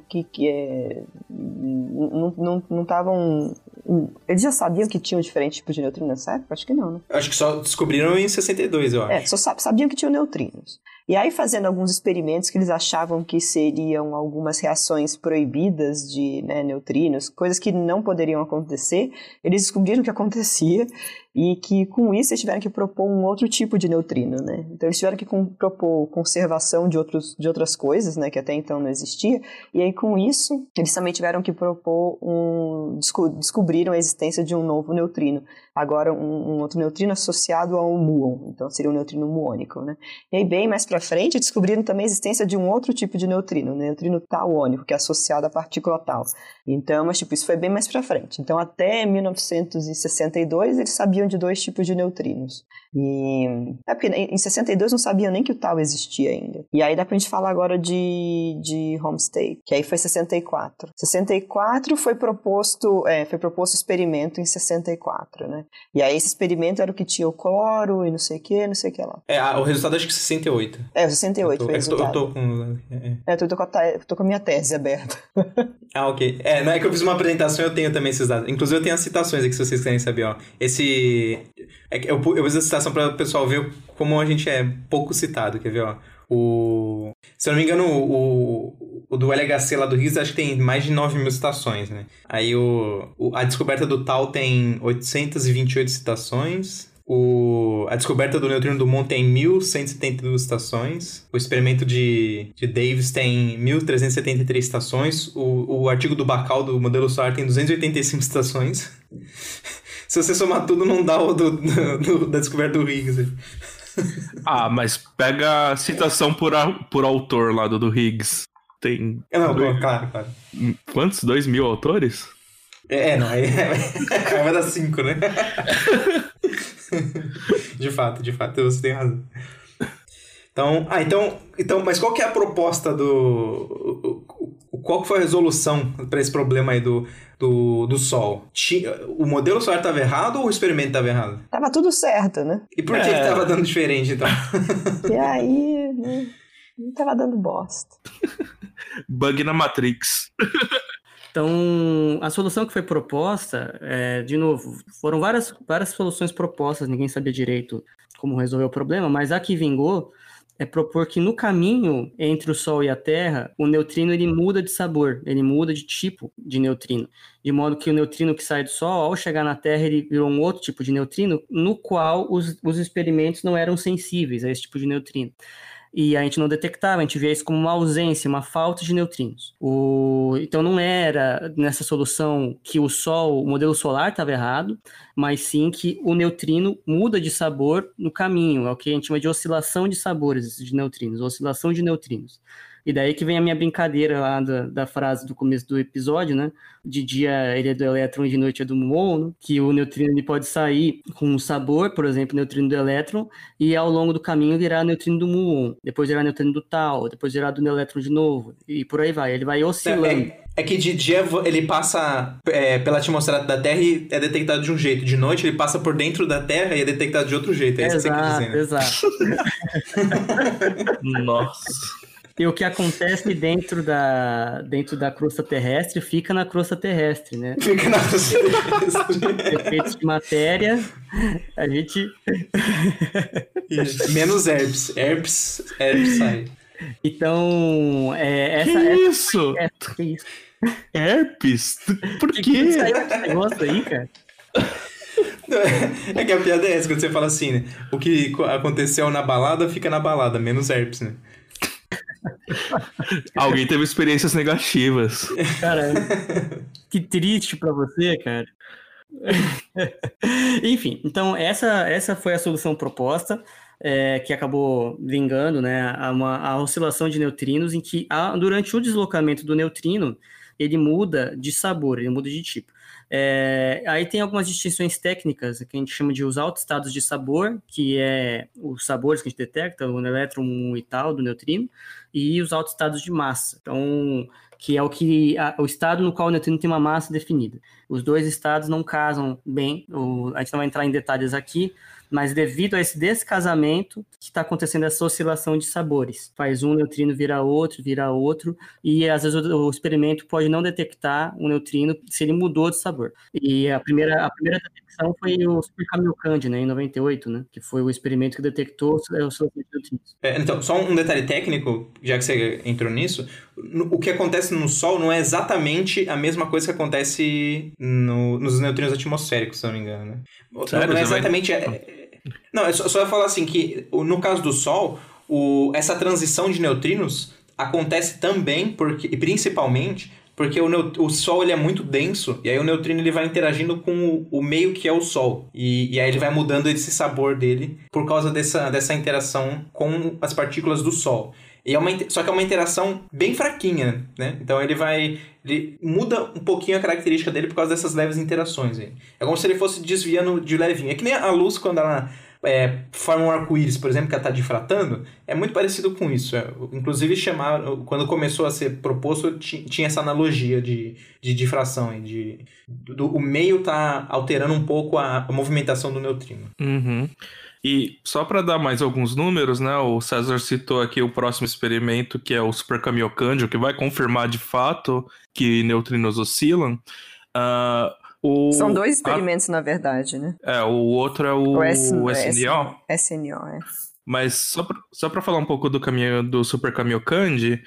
B: não estavam... Eles já sabiam que tinham diferentes tipos de neutrinos nessa época? Acho que não, né?
C: Acho que só descobriram em 62, eu acho.
B: Só sabiam que tinham neutrinos. E aí, fazendo alguns experimentos que eles achavam que seriam algumas reações proibidas de neutrinos, coisas que não poderiam acontecer, eles descobriram que acontecia e que, com isso, eles tiveram que propor um outro tipo de neutrino, né? Então, eles tiveram que propor conservação de outras coisas, né, que até então não existia, e aí, com isso, eles também tiveram que propor descobriram a existência de um novo neutrino, agora um outro neutrino associado ao muon, então seria um neutrino muônico, né? E aí, bem mais para frente, descobriram também a existência de um outro tipo de neutrino, o neutrino tauônico, que é associado à partícula tau. Então, mas isso foi bem mais para frente. Então, até 1962, eles sabiam de 2 tipos de neutrinos. Porque em 62 não sabiam nem que o tau existia ainda. E aí dá pra gente falar agora de home state, que aí foi 64. 64 foi proposto experimento em 64, né? E aí esse experimento era o que tinha o cloro e não sei o que lá.
C: O resultado acho que 68.
B: O 68 foi o resultado.
C: Eu
B: tô com a minha tese aberta.
C: Ok. Não é que eu fiz uma apresentação e eu tenho também esses dados. Inclusive eu tenho as citações aqui, se vocês querem saber, ó. Eu fiz a citação para o pessoal ver como a gente é pouco citado, quer ver, ó. Se eu não me engano, o do LHC lá do Higgs, acho que tem mais de 9.000 citações, né? Aí a descoberta do Tau tem 828 citações. A descoberta do neutrino do muon tem 1.172 citações. O experimento de Davis tem 1.373 citações. O artigo do Bacal do modelo solar tem 285 citações. Se você somar tudo, não dá o da descoberta do Higgs.
A: Mas pega a citação por autor lá do Higgs. Tem...
C: Claro.
A: Quantos? 2.000 autores?
C: Vai dar 5, né? De fato, você tem razão. Então, mas qual que é a proposta qual que foi a resolução para esse problema aí do Sol? O modelo solar estava errado ou o experimento estava errado?
B: Tava tudo certo, né?
C: E por que estava dando diferente, então?
B: E aí, né? Não tava dando bosta.
A: Bug na Matrix.
D: Então, a solução que foi proposta, de novo, foram várias soluções propostas, ninguém sabia direito como resolver o problema, mas a que vingou é propor que no caminho entre o Sol e a Terra, o neutrino ele muda de sabor, ele muda de tipo de neutrino, de modo que o neutrino que sai do Sol, ao chegar na Terra, ele virou um outro tipo de neutrino, no qual os experimentos não eram sensíveis a esse tipo de neutrino. E a gente não detectava, a gente via isso como uma ausência, uma falta de neutrinos. Então não era nessa solução que o modelo solar estava errado, mas sim que o neutrino muda de sabor no caminho, é o que a gente chama de oscilação de sabores de neutrinos, oscilação de neutrinos. E daí que vem a minha brincadeira lá da frase do começo do episódio, né? De dia ele é do elétron e de noite é do muon, né? Que o neutrino ele pode sair com um sabor, por exemplo, o neutrino do elétron, e ao longo do caminho virar neutrino do muon, depois virar neutrino do tau, depois virar do elétron de novo, e por aí vai. Ele vai oscilando.
C: É que de dia ele passa pela atmosfera da Terra e é detectado de um jeito. De noite ele passa por dentro da Terra e é detectado de outro jeito. É isso que você quer dizer, né?
D: Exato.
A: Nossa.
D: E o que acontece dentro da crosta terrestre fica na crosta terrestre, né?
C: Fica na crosta terrestre.
D: Efeitos de matéria, a gente...
C: Menos herpes. Herpes sai.
D: Então,
A: Isso?
D: Que isso?
A: Herpes? Por quê?
D: Que saiu esse negócio aí, cara?
C: É que a piada é essa, quando você fala assim, né? O que aconteceu na balada, fica na balada, menos herpes, né?
A: Alguém teve experiências negativas.
D: Cara, que triste pra você, cara. Enfim, então essa foi a solução proposta, que acabou vingando, né, a oscilação de neutrinos, em que durante o deslocamento do neutrino ele muda de sabor, ele muda de tipo. Aí tem algumas distinções técnicas que a gente chama de os altos estados de sabor, que é os sabores que a gente detecta, o elétron e tal do neutrino, e os altos estados de massa, então, que é o estado no qual o neutrino tem uma massa definida. Os dois estados não casam bem, a gente não vai entrar em detalhes aqui, Mas devido a esse descasamento que está acontecendo essa oscilação de sabores. Faz um neutrino virar outro, e às vezes o experimento pode não detectar um neutrino se ele mudou de sabor. E a primeira detecção foi o Super Kamiokande, né, em 98, né, que foi o experimento que detectou os neutrinos.
C: Então, só um detalhe técnico, já que você entrou nisso, o que acontece no Sol não é exatamente a mesma coisa que acontece nos neutrinos atmosféricos, se não me engano, né?
A: Sério?
C: Não é exatamente... Não, eu só ia falar assim, que no caso do Sol, essa transição de neutrinos acontece também, e principalmente, porque o Sol ele é muito denso, e aí o neutrino ele vai interagindo com o meio que é o Sol. E aí ele vai mudando esse sabor dele por causa dessa interação com as partículas do Sol. Só que é uma interação bem fraquinha, né? Então ele muda um pouquinho a característica dele por causa dessas leves interações aí. É como se ele fosse desviando de levinho. É que nem a luz quando ela forma um arco-íris, por exemplo, que ela está difratando, é muito parecido com isso. Inclusive, quando começou a ser proposto, tinha essa analogia de difração. O meio tá alterando um pouco a movimentação do neutrino.
A: Uhum. E só para dar mais alguns números, né? O César citou aqui o próximo experimento, que é o Super Kamiokande, que vai confirmar de fato que neutrinos oscilam.
B: São dois experimentos, na verdade, né?
A: O outro é o SNO.
B: SNO, é.
A: Mas só para falar um pouco do Super Kamiokande,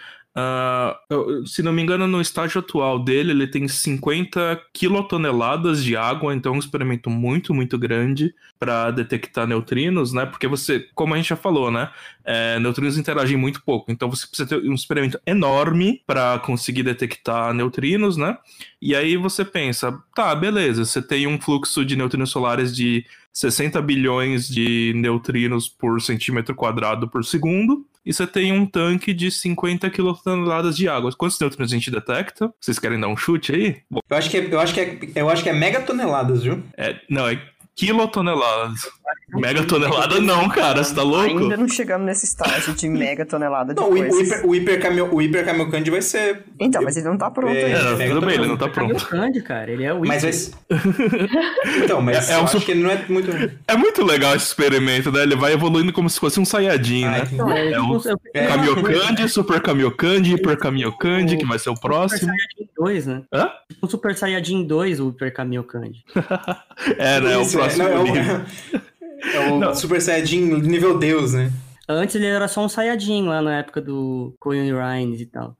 A: se não me engano, no estágio atual dele, ele tem 50 quilotoneladas de água, então é um experimento muito, muito grande para detectar neutrinos, né? Porque como a gente já falou, né? Neutrinos interagem muito pouco, então você precisa ter um experimento enorme para conseguir detectar neutrinos, né? E aí você pensa, tá, beleza, você tem um fluxo de neutrinos solares de 60 bilhões de neutrinos por centímetro quadrado por segundo, e você tem um tanque de 50 quilotoneladas de água. Quantos neutrinos a gente detecta? Vocês querem dar um chute aí? Bom,
C: eu acho que é megatoneladas, viu?
A: Não, é quilotoneladas. Megatonelada não, cara, você tá louco?
B: Ainda não chegamos nesse estágio de megatonelada de
C: coisas. O Hiper Kamiokande vai ser...
B: Então, mas ele não tá pronto ainda.
A: Tudo bem, ele não tá pronto.
D: O Kamiokande, cara, ele é o
C: Hiper. Então, mas eu acho que ele não é muito...
A: É muito legal esse experimento, né? Ele vai evoluindo como se fosse um Saiyajin, né? O Kamiokande, Super Kamiokande, Hiper Kamiokande, que vai ser o próximo.
D: Super Saiyajin 2, né? O Super Saiyajin 2, o Hiper Kamiokande.
A: Né? É o próximo nível.
C: É o Super Saiyajin nível Deus, né?
D: Antes ele era só um Saiyajin lá na época do Koen Rines e tal.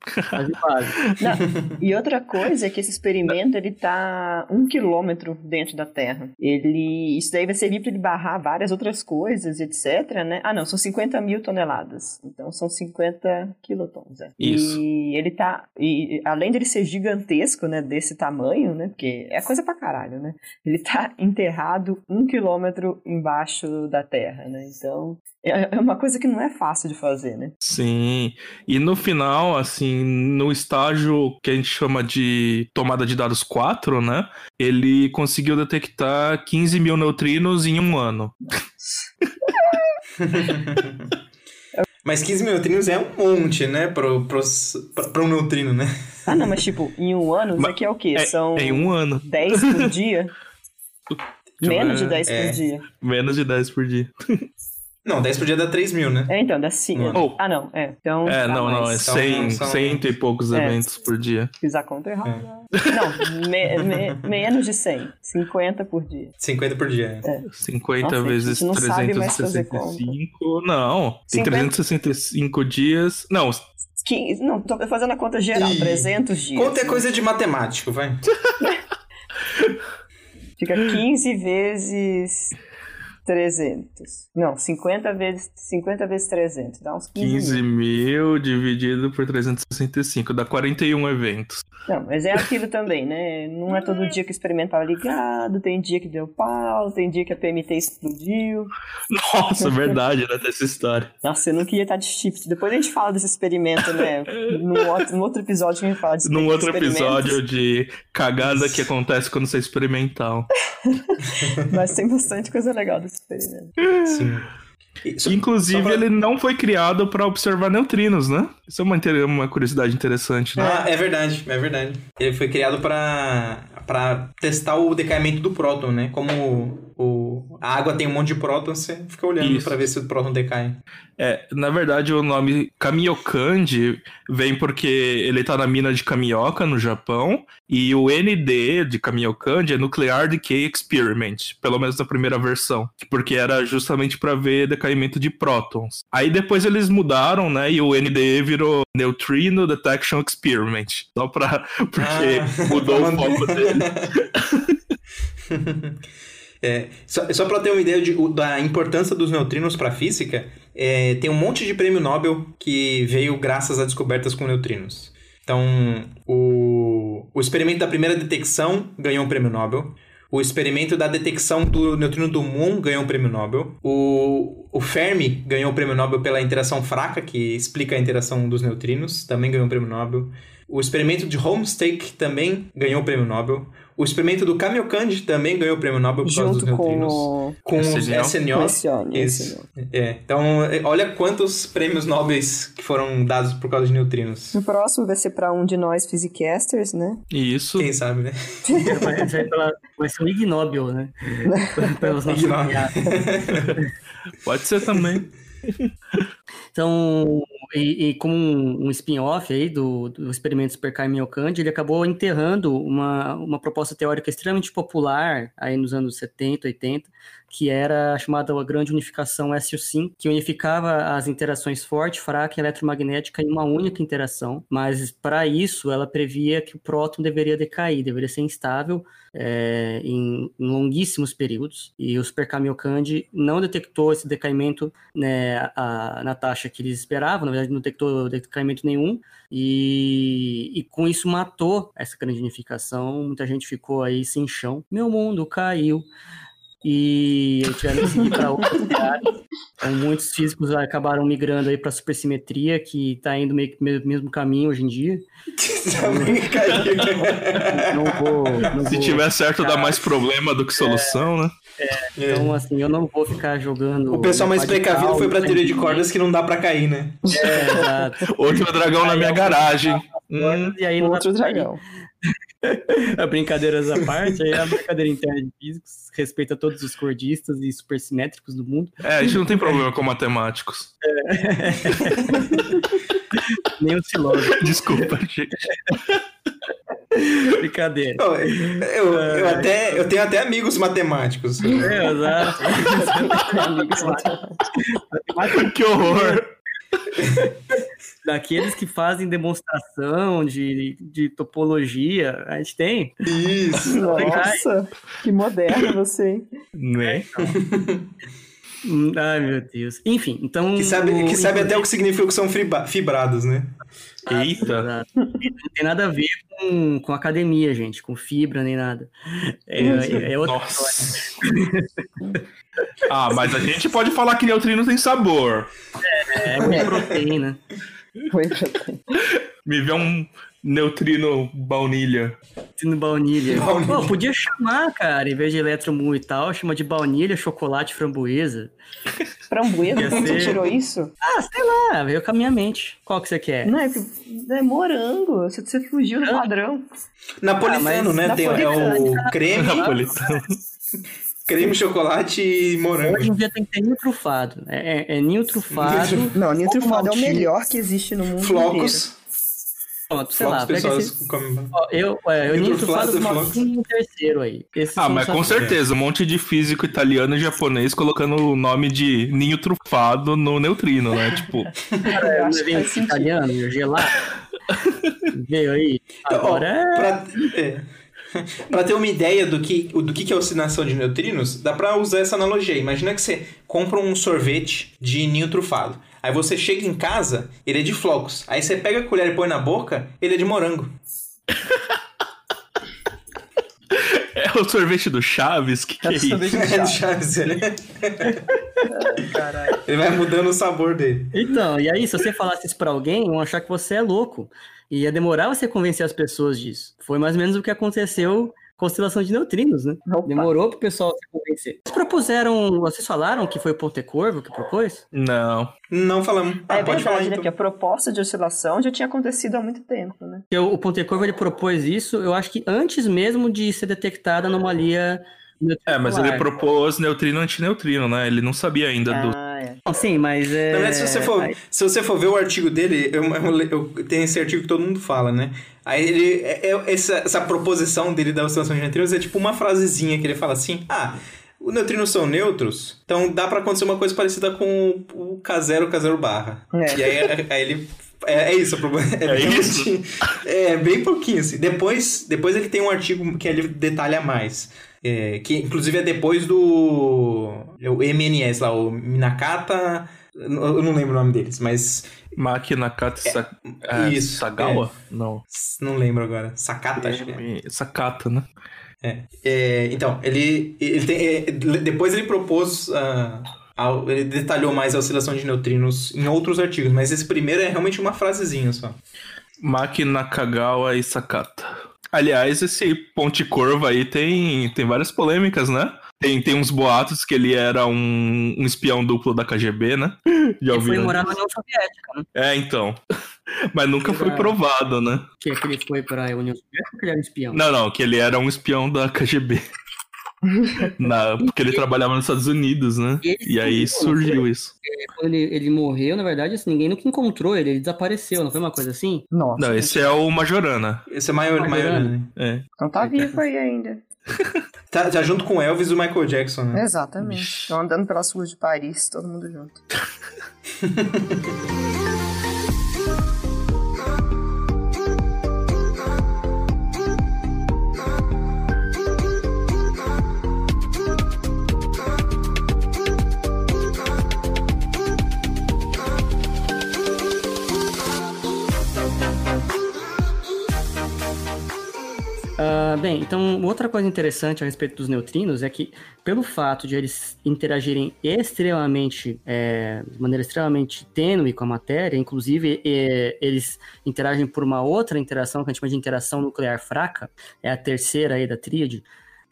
B: E outra coisa é que esse experimento ele tá 1 quilômetro dentro da Terra. Isso daí vai servir para ele barrar várias outras coisas, etc, né? Não, são 50 mil toneladas. Então são 50 quilotons.
A: Isso.
B: E ele tá... E além dele ser gigantesco, né? Desse tamanho, né? Porque é coisa pra caralho, né? Ele tá enterrado 1 quilômetro embaixo da Terra, né? Então... É uma coisa que não é fácil de fazer, né?
A: Sim. E no final, assim, no estágio que a gente chama de tomada de dados 4, né? Ele conseguiu detectar 15 mil neutrinos em 1 ano.
C: Mas 15 mil neutrinos é um monte, né? Para um neutrino, né?
B: Não, mas tipo, em 1 ano, isso aqui é o quê? São
A: em 1 ano.
B: 10 por dia? Menos de 10 por dia.
A: Menos de 10 por dia.
C: Não, 10 por dia dá 3 mil, né?
B: Então, dá 5. Não, Então,
A: não, é 100 e poucos eventos por dia.
B: Fiz a conta errada. Não, menos de 100. 50 por dia.
C: 50 por dia,
A: 50 vezes 365. Não, tem 365 dias. Não,
B: tô fazendo a conta geral. 300 dias.
C: Conta é coisa de matemático, vai.
B: Fica 15 vezes... 300. Não, 50 vezes 300. Dá uns
A: 15 mil dividido por 365. Dá 41 eventos.
B: Não, mas é aquilo também, né? Não é todo dia que o experimento tava ligado. Tem dia que deu pau. Tem dia que a PMT explodiu.
A: Nossa, verdade, né? Dessa história.
B: Nossa, eu não queria estar de chips. Depois a gente fala desse experimento, né? Num outro episódio que a gente fala
A: Num outro episódio de cagada que acontece quando você é experimental.
B: Mas tem bastante coisa legal desse experimento.
C: Sim.
A: Inclusive, ele não foi criado para observar neutrinos, né? Isso é uma curiosidade interessante, né?
C: É verdade. Ele foi criado para testar o decaimento do próton, né? Como a água tem um monte de prótons, você fica olhando para ver se o próton decai.
A: Na verdade, o nome Kamiokande vem porque ele tá na mina de Kamioka, no Japão, e o ND de Kamiokande é Nuclear Decay Experiment, pelo menos na primeira versão, porque era justamente para ver decaimento de prótons. Aí depois eles mudaram, né, e o NDE virou Neutrino Detection Experiment, só porque mudou o foco dele.
C: Só para ter uma ideia da importância dos neutrinos para a física, tem um monte de prêmio Nobel que veio graças a descobertas com neutrinos. Então, o experimento da primeira detecção ganhou um prêmio Nobel. O experimento da detecção do neutrino do muon ganhou um prêmio Nobel. O Fermi ganhou o prêmio Nobel pela interação fraca, que explica a interação dos neutrinos, também ganhou um prêmio Nobel. O experimento de Homestake também ganhou o prêmio Nobel. O experimento do Kamiokande também ganhou o prêmio Nobel por causa dos neutrinos. Com os SNO. Isso. Então, olha quantos prêmios Nobel que foram dados por causa de neutrinos.
B: O próximo vai ser para um de nós physicasters, né?
A: Isso.
C: Quem sabe, né?
D: Vai ser um Ig Nobel, né? Pelos nossos
A: Pode ser também.
D: Então, e como um spin-off aí do experimento Super Kamiokande, ele acabou enterrando uma proposta teórica extremamente popular aí nos anos 70, 80, que era a chamada Grande Unificação SU5, que unificava as interações forte, fraca e eletromagnética em uma única interação, mas para isso ela previa que o próton deveria decair, deveria ser instável em longuíssimos períodos, e o Super Kamiokande não detectou esse decaimento, né, na taxa que eles esperavam, na verdade não detectou decaimento nenhum, e com isso matou essa grande unificação. Muita gente ficou aí sem chão, meu mundo caiu. E tiveram que seguir para outras áreas. Então, muitos físicos acabaram migrando aí para a supersimetria, que está indo meio que no mesmo caminho hoje em dia.
A: Se tiver certo, dá mais problema do que solução, né?
D: Então, assim, eu não vou ficar jogando...
C: O pessoal mais precavido foi pra teoria de cordas que não dá pra cair, né?
D: Exato.
A: Outro dragão na minha garagem.
D: E aí
B: outro dragão.
D: Brincadeiras à parte, aí a brincadeira interna de físicos respeita todos os cordistas e supersimétricos do mundo.
A: A gente não tem problema com matemáticos.
D: Nem os filósofos.
A: Desculpa, gente.
D: Brincadeira.
C: Eu tenho até amigos matemáticos.
D: Exato.
A: Que horror.
D: Daqueles que fazem demonstração de topologia, a gente tem.
C: Isso.
B: Nossa, que moderno você.
A: Né?
D: Ai, meu Deus. Enfim, então...
C: Que sabe até o que significa que são fibrados, né?
A: Eita.
D: Não tem nada a ver com academia, gente, com fibra nem nada. É outra história.
A: Mas a gente pode falar que neutrino tem sabor.
D: É whey proteína.
A: Me vê um neutrino baunilha.
D: Neutrino baunilha. Pô, podia chamar, cara, em vez de eletromu e tal, chama de baunilha, chocolate, framboesa.
B: Framboesa?
D: Ia
B: Como
D: ser-
B: você tirou isso?
D: Sei lá, veio com a minha mente. Qual que você quer?
B: Não, é morango. Você fugiu do padrão.
C: Napolitano, né? Tem o creme,
A: Napolitano.
C: creme, chocolate e morango.
D: Hoje em dia tem que ter ninho trufado. É ninho trufado.
B: Não, ninho trufado é o
D: maltinho.
B: melhor que existe no mundo
C: Flocos.
D: Pronto, sei lá.
C: Flocos,
D: Pega
C: pessoas
D: esse...
C: comem.
D: Eu ninho trufado
C: Flocos.
D: maltinho e um terceiro aí. Esses são
A: Mas
D: os
A: com
D: sabores.
A: certeza, um monte de físico italiano e japonês colocando o nome de ninho trufado no neutrino, né? Tipo,
B: Eu acho que
D: Veio
B: faz sentido.
D: italiano, gelado. Veio aí. Agora
C: Pra ter uma ideia do que é oscilação de neutrinos, dá pra usar essa analogia. Imagina que você compra um sorvete de ninho trufado. Aí você chega em casa, ele é de flocos. Aí você pega a colher e põe na boca, ele é de morango.
A: é o sorvete do Chaves? Que é isso?
C: É de Chaves, né? Ele vai mudando o sabor dele.
D: Então, e aí, se você falasse isso pra alguém, iam achar que você é louco. E ia demorar você convencer as pessoas disso. Foi mais ou menos o que aconteceu com a oscilação de neutrinos, né?
B: Opa.
D: Demorou pro pessoal se convencer. Vocês falaram que foi o Pontecorvo que propôs?
A: Não.
C: Não falamos.
B: É
C: Pode falar
B: verdade, né?
C: então.
B: Porque a proposta de oscilação já tinha acontecido há muito tempo, né?
D: Porque o Pontecorvo ele propôs isso, eu acho que antes mesmo de ser detectada a anomalia
A: Mas ele propôs neutrino antineutrino, né? Ele não sabia ainda do...
D: Sim, mas
C: Na verdade, se você for ver o artigo dele, eu tenho esse artigo que todo mundo fala, né? Aí ele... essa proposição dele da oscilação de neutrinos é tipo uma frasezinha que ele fala assim, os neutrinos são neutros, então dá pra acontecer uma coisa parecida com o K0, K0 barra. E aí ele... É isso,
A: isso?
C: É bem pouquinho, assim. Depois ele tem um artigo que ele detalha mais. Que inclusive é depois do MNS lá, o Minakata... Eu não lembro o nome deles, mas...
A: Maki Nakata
C: isso,
A: Sagawa? Não.
C: Não lembro agora. Sakata, acho que é.
A: Sakata, né?
C: Então, ele tem... depois ele propôs... ele detalhou mais a oscilação de neutrinos em outros artigos, mas esse primeiro é realmente uma frasezinha só.
A: Maki Nakagawa e Sakata. Aliás, esse Ponte Curva aí tem várias polêmicas, né? Tem uns boatos que ele era um espião duplo da KGB, né?
D: Já ele foi morar na União Soviética, né?
A: Então. Mas nunca foi provado, né?
D: Que ele foi pra União Soviética ou que ele era um espião?
A: Não, que ele era um espião da KGB. Porque ele trabalhava nos Estados Unidos, né? E aí surgiu isso.
D: Quando ele morreu, na verdade, assim, ninguém nunca encontrou ele desapareceu, não foi uma coisa assim?
B: Nossa.
A: Não, esse é o Majorana.
C: Esse é Majorana.
B: Então tá vivo aí ainda.
C: Tá junto com Elvis e o Michael Jackson, né?
B: Exatamente. Estão andando pelas ruas de Paris, todo mundo junto.
D: Bem, então outra coisa interessante a respeito dos neutrinos é que, pelo fato de eles interagirem de maneira extremamente tênue com a matéria, inclusive eles interagem por uma outra interação que a gente chama de interação nuclear fraca, é a terceira aí da tríade,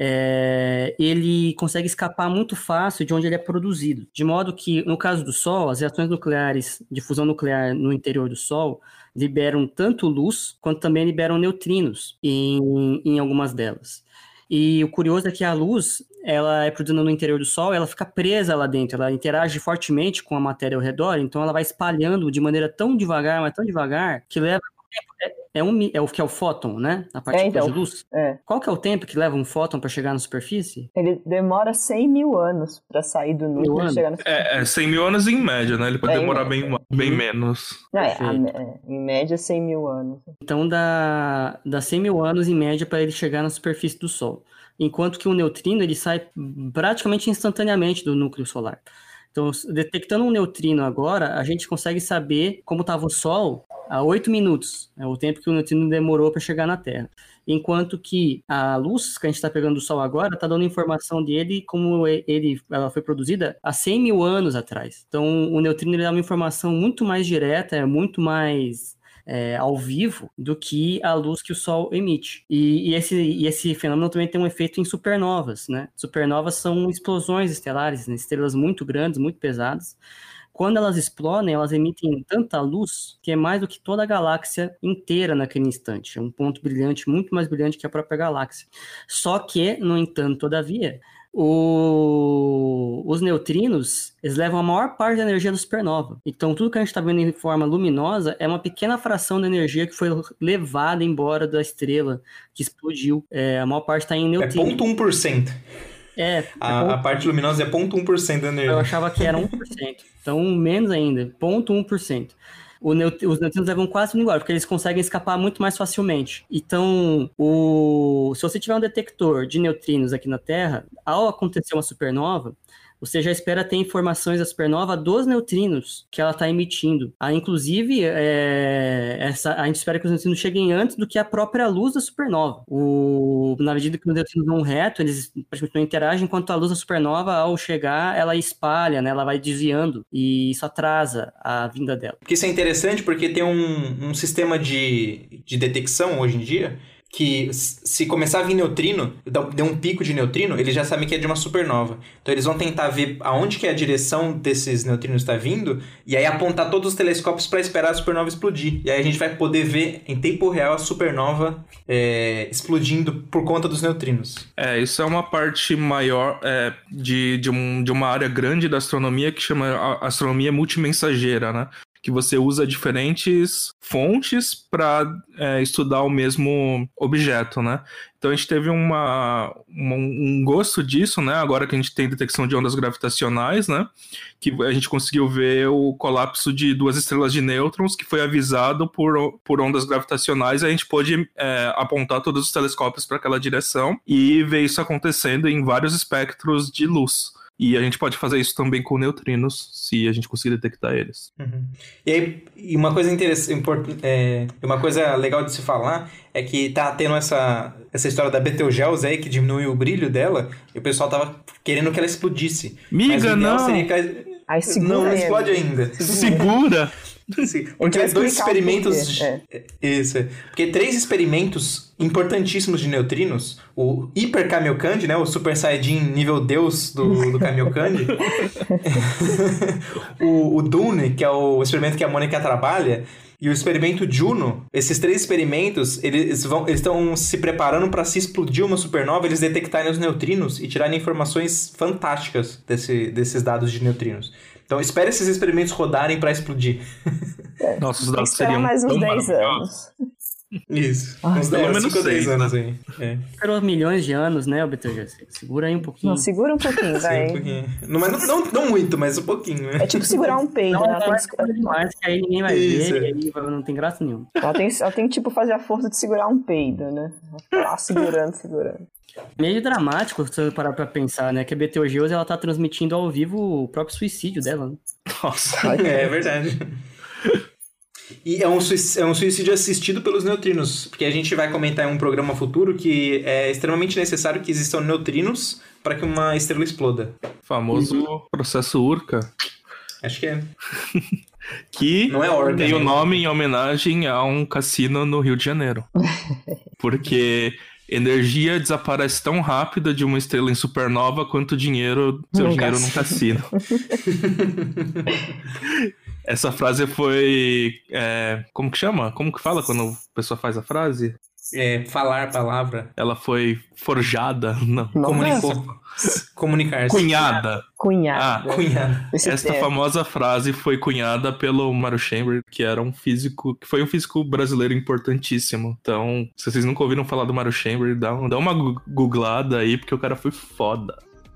D: ele consegue escapar muito fácil de onde ele é produzido. De modo que, no caso do Sol, as reações nucleares de fusão nuclear no interior do Sol liberam tanto luz quanto também liberam neutrinos em algumas delas. E o curioso é que a luz, ela é produzida no interior do Sol, ela fica presa lá dentro, ela interage fortemente com a matéria ao redor, então ela vai espalhando de maneira tão devagar, mas tão devagar, que leva é o que é o fóton, né? A partícula de luz. Qual que é o tempo que leva um fóton para chegar na superfície?
B: Ele demora 100 mil anos para sair do núcleo e chegar na superfície.
A: 100 mil anos em média, né? Ele pode demorar bem menos.
B: Em média, 100 mil anos.
D: Então dá 100 mil anos em média para ele chegar na superfície do Sol. Enquanto que o neutrino ele sai praticamente instantaneamente do núcleo solar. Então, detectando um neutrino agora, a gente consegue saber como estava o Sol há 8 minutos. É o tempo que o neutrino demorou para chegar na Terra. Enquanto que a luz que a gente está pegando do Sol agora está dando informação dele como ela foi produzida há 100 mil anos atrás. Então, o neutrino ele dá uma informação muito mais direta, é muito mais... ao vivo do que a luz que o Sol emite. E esse fenômeno também tem um efeito em supernovas, né? Supernovas são explosões estelares, né? Estrelas muito grandes, muito pesadas. Quando elas explodem, elas emitem tanta luz que é mais do que toda a galáxia inteira naquele instante. É um ponto brilhante, muito mais brilhante que a própria galáxia. Só que, no entanto, todavia, os neutrinos, eles levam a maior parte da energia da supernova. Então, tudo que a gente está vendo em forma luminosa é uma pequena fração da energia que foi levada embora da estrela que explodiu. A maior parte está em neutrino.
C: É 0,1%. A parte luminosa é 0,1% da energia.
D: Eu achava que era 1%. Então, menos ainda, 0,1%. Os neutrinos levam quase tudo embora, porque eles conseguem escapar muito mais facilmente. Então, se você tiver um detector de neutrinos aqui na Terra, ao acontecer uma supernova, você já espera ter informações da supernova dos neutrinos que ela está emitindo. Inclusive, a gente espera que os neutrinos cheguem antes do que a própria luz da supernova. Na medida que os neutrinos vão reto, eles praticamente não interagem, enquanto a luz da supernova, ao chegar, ela espalha, né? Ela vai desviando, e isso atrasa a vinda dela.
C: Porque isso é interessante porque tem um sistema de detecção hoje em dia que se começar a vir neutrino, deu um pico de neutrino, eles já sabem que é de uma supernova. Então eles vão tentar ver aonde que a direção desses neutrinos está vindo, e aí apontar todos os telescópios para esperar a supernova explodir. E aí a gente vai poder ver em tempo real a supernova explodindo por conta dos neutrinos.
A: Isso é uma parte maior de uma área grande da astronomia que chama astronomia multimensageira, né? Que você usa diferentes fontes para estudar o mesmo objeto, né? Então a gente teve um gosto disso, né? Agora que a gente tem detecção de ondas gravitacionais, né? Que a gente conseguiu ver o colapso de 2 estrelas de nêutrons, que foi avisado por ondas gravitacionais, e a gente pôde apontar todos os telescópios para aquela direção e ver isso acontecendo em vários espectros de luz. E a gente pode fazer isso também com neutrinos, se a gente conseguir detectar eles.
C: Uhum. E aí, uma coisa uma coisa legal de se falar é que tá tendo essa história da Betelgeuse aí, que diminuiu o brilho dela, e o pessoal tava querendo que ela explodisse.
A: Miga, não!
C: Seria que não explode ainda.
A: Segura!
C: Sim, porque 2 experimentos... Isso. Porque 3 experimentos importantíssimos de neutrinos, o Hiper Kamiokande, né, o Super Saiyajin nível Deus do Kamiokande, o Dune, que é o experimento que a Mônica trabalha, e o experimento Juno, esses 3 experimentos, eles estão se preparando para se explodir uma supernova, eles detectarem os neutrinos e tirarem informações fantásticas desses dados de neutrinos. Então, espere esses experimentos rodarem para explodir.
A: Nossa, os dados seriam
B: mais uns 10 anos.
C: Isso. Uns 10 anos aí.
D: Esperou milhões de anos, né, Betelgeuse? Segura aí um pouquinho.
B: Não, segura um pouquinho, vai.
C: Não muito, mas um pouquinho, né?
B: É tipo segurar um peido, né?
D: Não é demais, que aí ninguém vai ver, e aí não tem graça nenhuma.
B: Ela tem que, tipo, fazer a força de segurar um peido, né? Ela tá segurando.
D: Meio dramático, se você parar pra pensar, né? Que a Betelgeuse, ela tá transmitindo ao vivo o próprio suicídio dela, né?
C: Nossa, é verdade. E é um suicídio assistido pelos neutrinos, porque a gente vai comentar em um programa futuro que é extremamente necessário que existam neutrinos para que uma estrela exploda.
A: Famoso processo Urca.
C: Acho que é.
A: Que
C: não é
A: tem o nome em homenagem a um cassino no Rio de Janeiro. Porque energia desaparece tão rápido de uma estrela em supernova quanto seu dinheiro num cassino. Essa frase foi... como que chama? Como que fala quando a pessoa faz a frase?
C: Falar palavra.
A: Ela foi forjada. Não.
C: Comunicar-se.
A: Cunhada.
C: Cunhada.
A: Esta famosa frase foi cunhada pelo Mario Chamber, que foi um físico brasileiro importantíssimo. Então, se vocês nunca ouviram falar do Mario Chamber, dá uma googlada aí, porque o cara foi foda.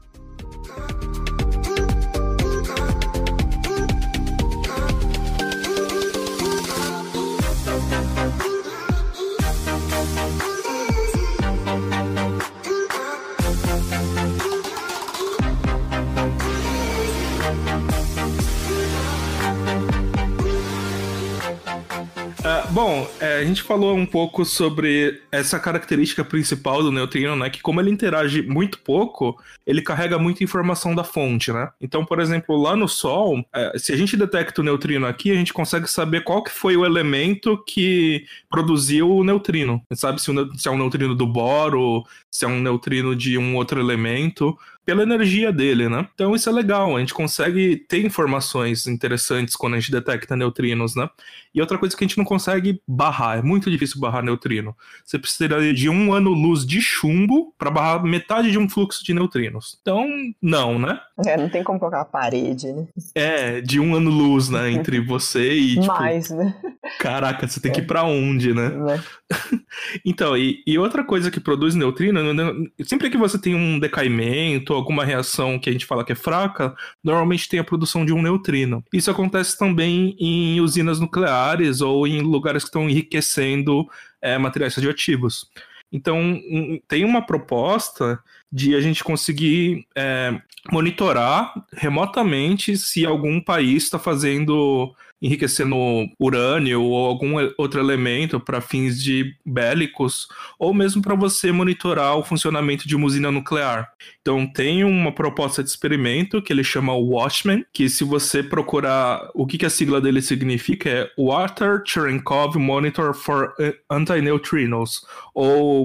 A: Bom, a gente falou um pouco sobre essa característica principal do neutrino, né? Que como ele interage muito pouco, ele carrega muita informação da fonte, né? Então, por exemplo, lá no Sol, se a gente detecta o neutrino aqui, a gente consegue saber qual que foi o elemento que produziu o neutrino. A gente sabe se é um neutrino do boro, se é um neutrino de um outro elemento, pela energia dele, né? Então isso é legal, a gente consegue ter informações interessantes quando a gente detecta neutrinos, né? E outra coisa que a gente não consegue barrar, é muito difícil barrar neutrino. Você precisaria de 1 ano-luz de chumbo para barrar metade de um fluxo de neutrinos. Então, não, né?
B: Não tem como colocar a parede, né?
A: De 1 ano-luz, né? Entre você e, tipo...
B: Mais, né?
A: Caraca, você tem que ir pra onde, né? Então, e outra coisa que produz neutrino, sempre que você tem um decaimento, alguma reação que a gente fala que é fraca, normalmente tem a produção de um neutrino. Isso acontece também em usinas nucleares ou em lugares que estão enriquecendo materiais radioativos. Então, tem uma proposta de a gente conseguir monitorar remotamente se algum país está fazendo enriquecendo urânio ou algum outro elemento para fins de bélicos, ou mesmo para você monitorar o funcionamento de uma usina nuclear. Então tem uma proposta de experimento que ele chama Watchman, que se você procurar o que a sigla dele significa é Water Cherenkov Monitor for Antineutrinos, ou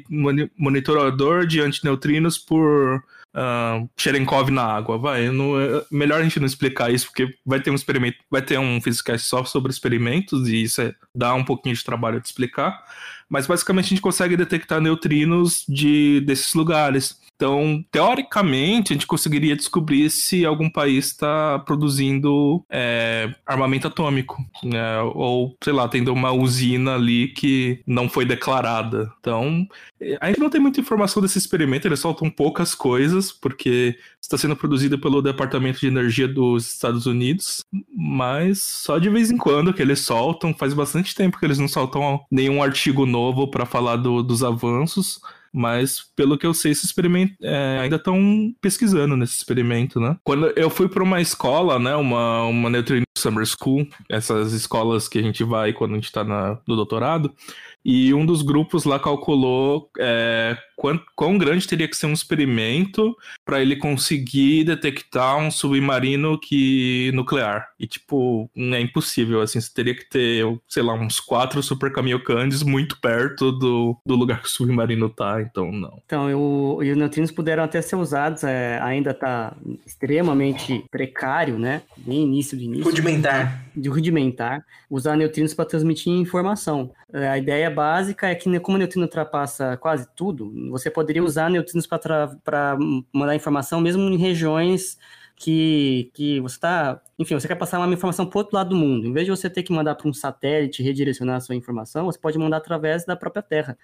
A: monitorador de antineutrinos por Cherenkov na água. Melhor a gente não explicar isso, porque vai ter um experimento, vai ter um Physicast só sobre experimentos, e isso dá um pouquinho de trabalho de explicar. Mas basicamente a gente consegue detectar neutrinos desses lugares. Então, teoricamente, a gente conseguiria descobrir se algum país está produzindo armamento atômico, né? Ou, sei lá, tendo uma usina ali que não foi declarada. Então, a gente não tem muita informação desse experimento, eles soltam poucas coisas, porque está sendo produzido pelo Departamento de Energia dos Estados Unidos, mas só de vez em quando que eles soltam. Faz bastante tempo que eles não soltam nenhum artigo novo para falar dos avanços. Mas, pelo que eu sei, esse experimento ainda estão pesquisando nesse experimento, né? Quando eu fui para uma escola, né, uma Neutrino Summer School, essas escolas que a gente vai quando a gente está no doutorado, e um dos grupos lá calculou quão grande teria que ser um experimento para ele conseguir detectar um submarino nuclear. E, tipo, é impossível, assim, você teria que ter, sei lá, uns 4 Super Kamiokandis muito perto do lugar que o submarino tá, então não.
D: Então, e os neutrinos puderam até ser usados, ainda tá extremamente precário, né? Bem início. Rudimentar, usar neutrinos para transmitir informação. A ideia básica é que, como o neutrino ultrapassa quase tudo, você poderia usar neutrinos para mandar informação mesmo em regiões que você está... Enfim, você quer passar uma informação para o outro lado do mundo. Em vez de você ter que mandar para um satélite redirecionar a sua informação, você pode mandar através da própria Terra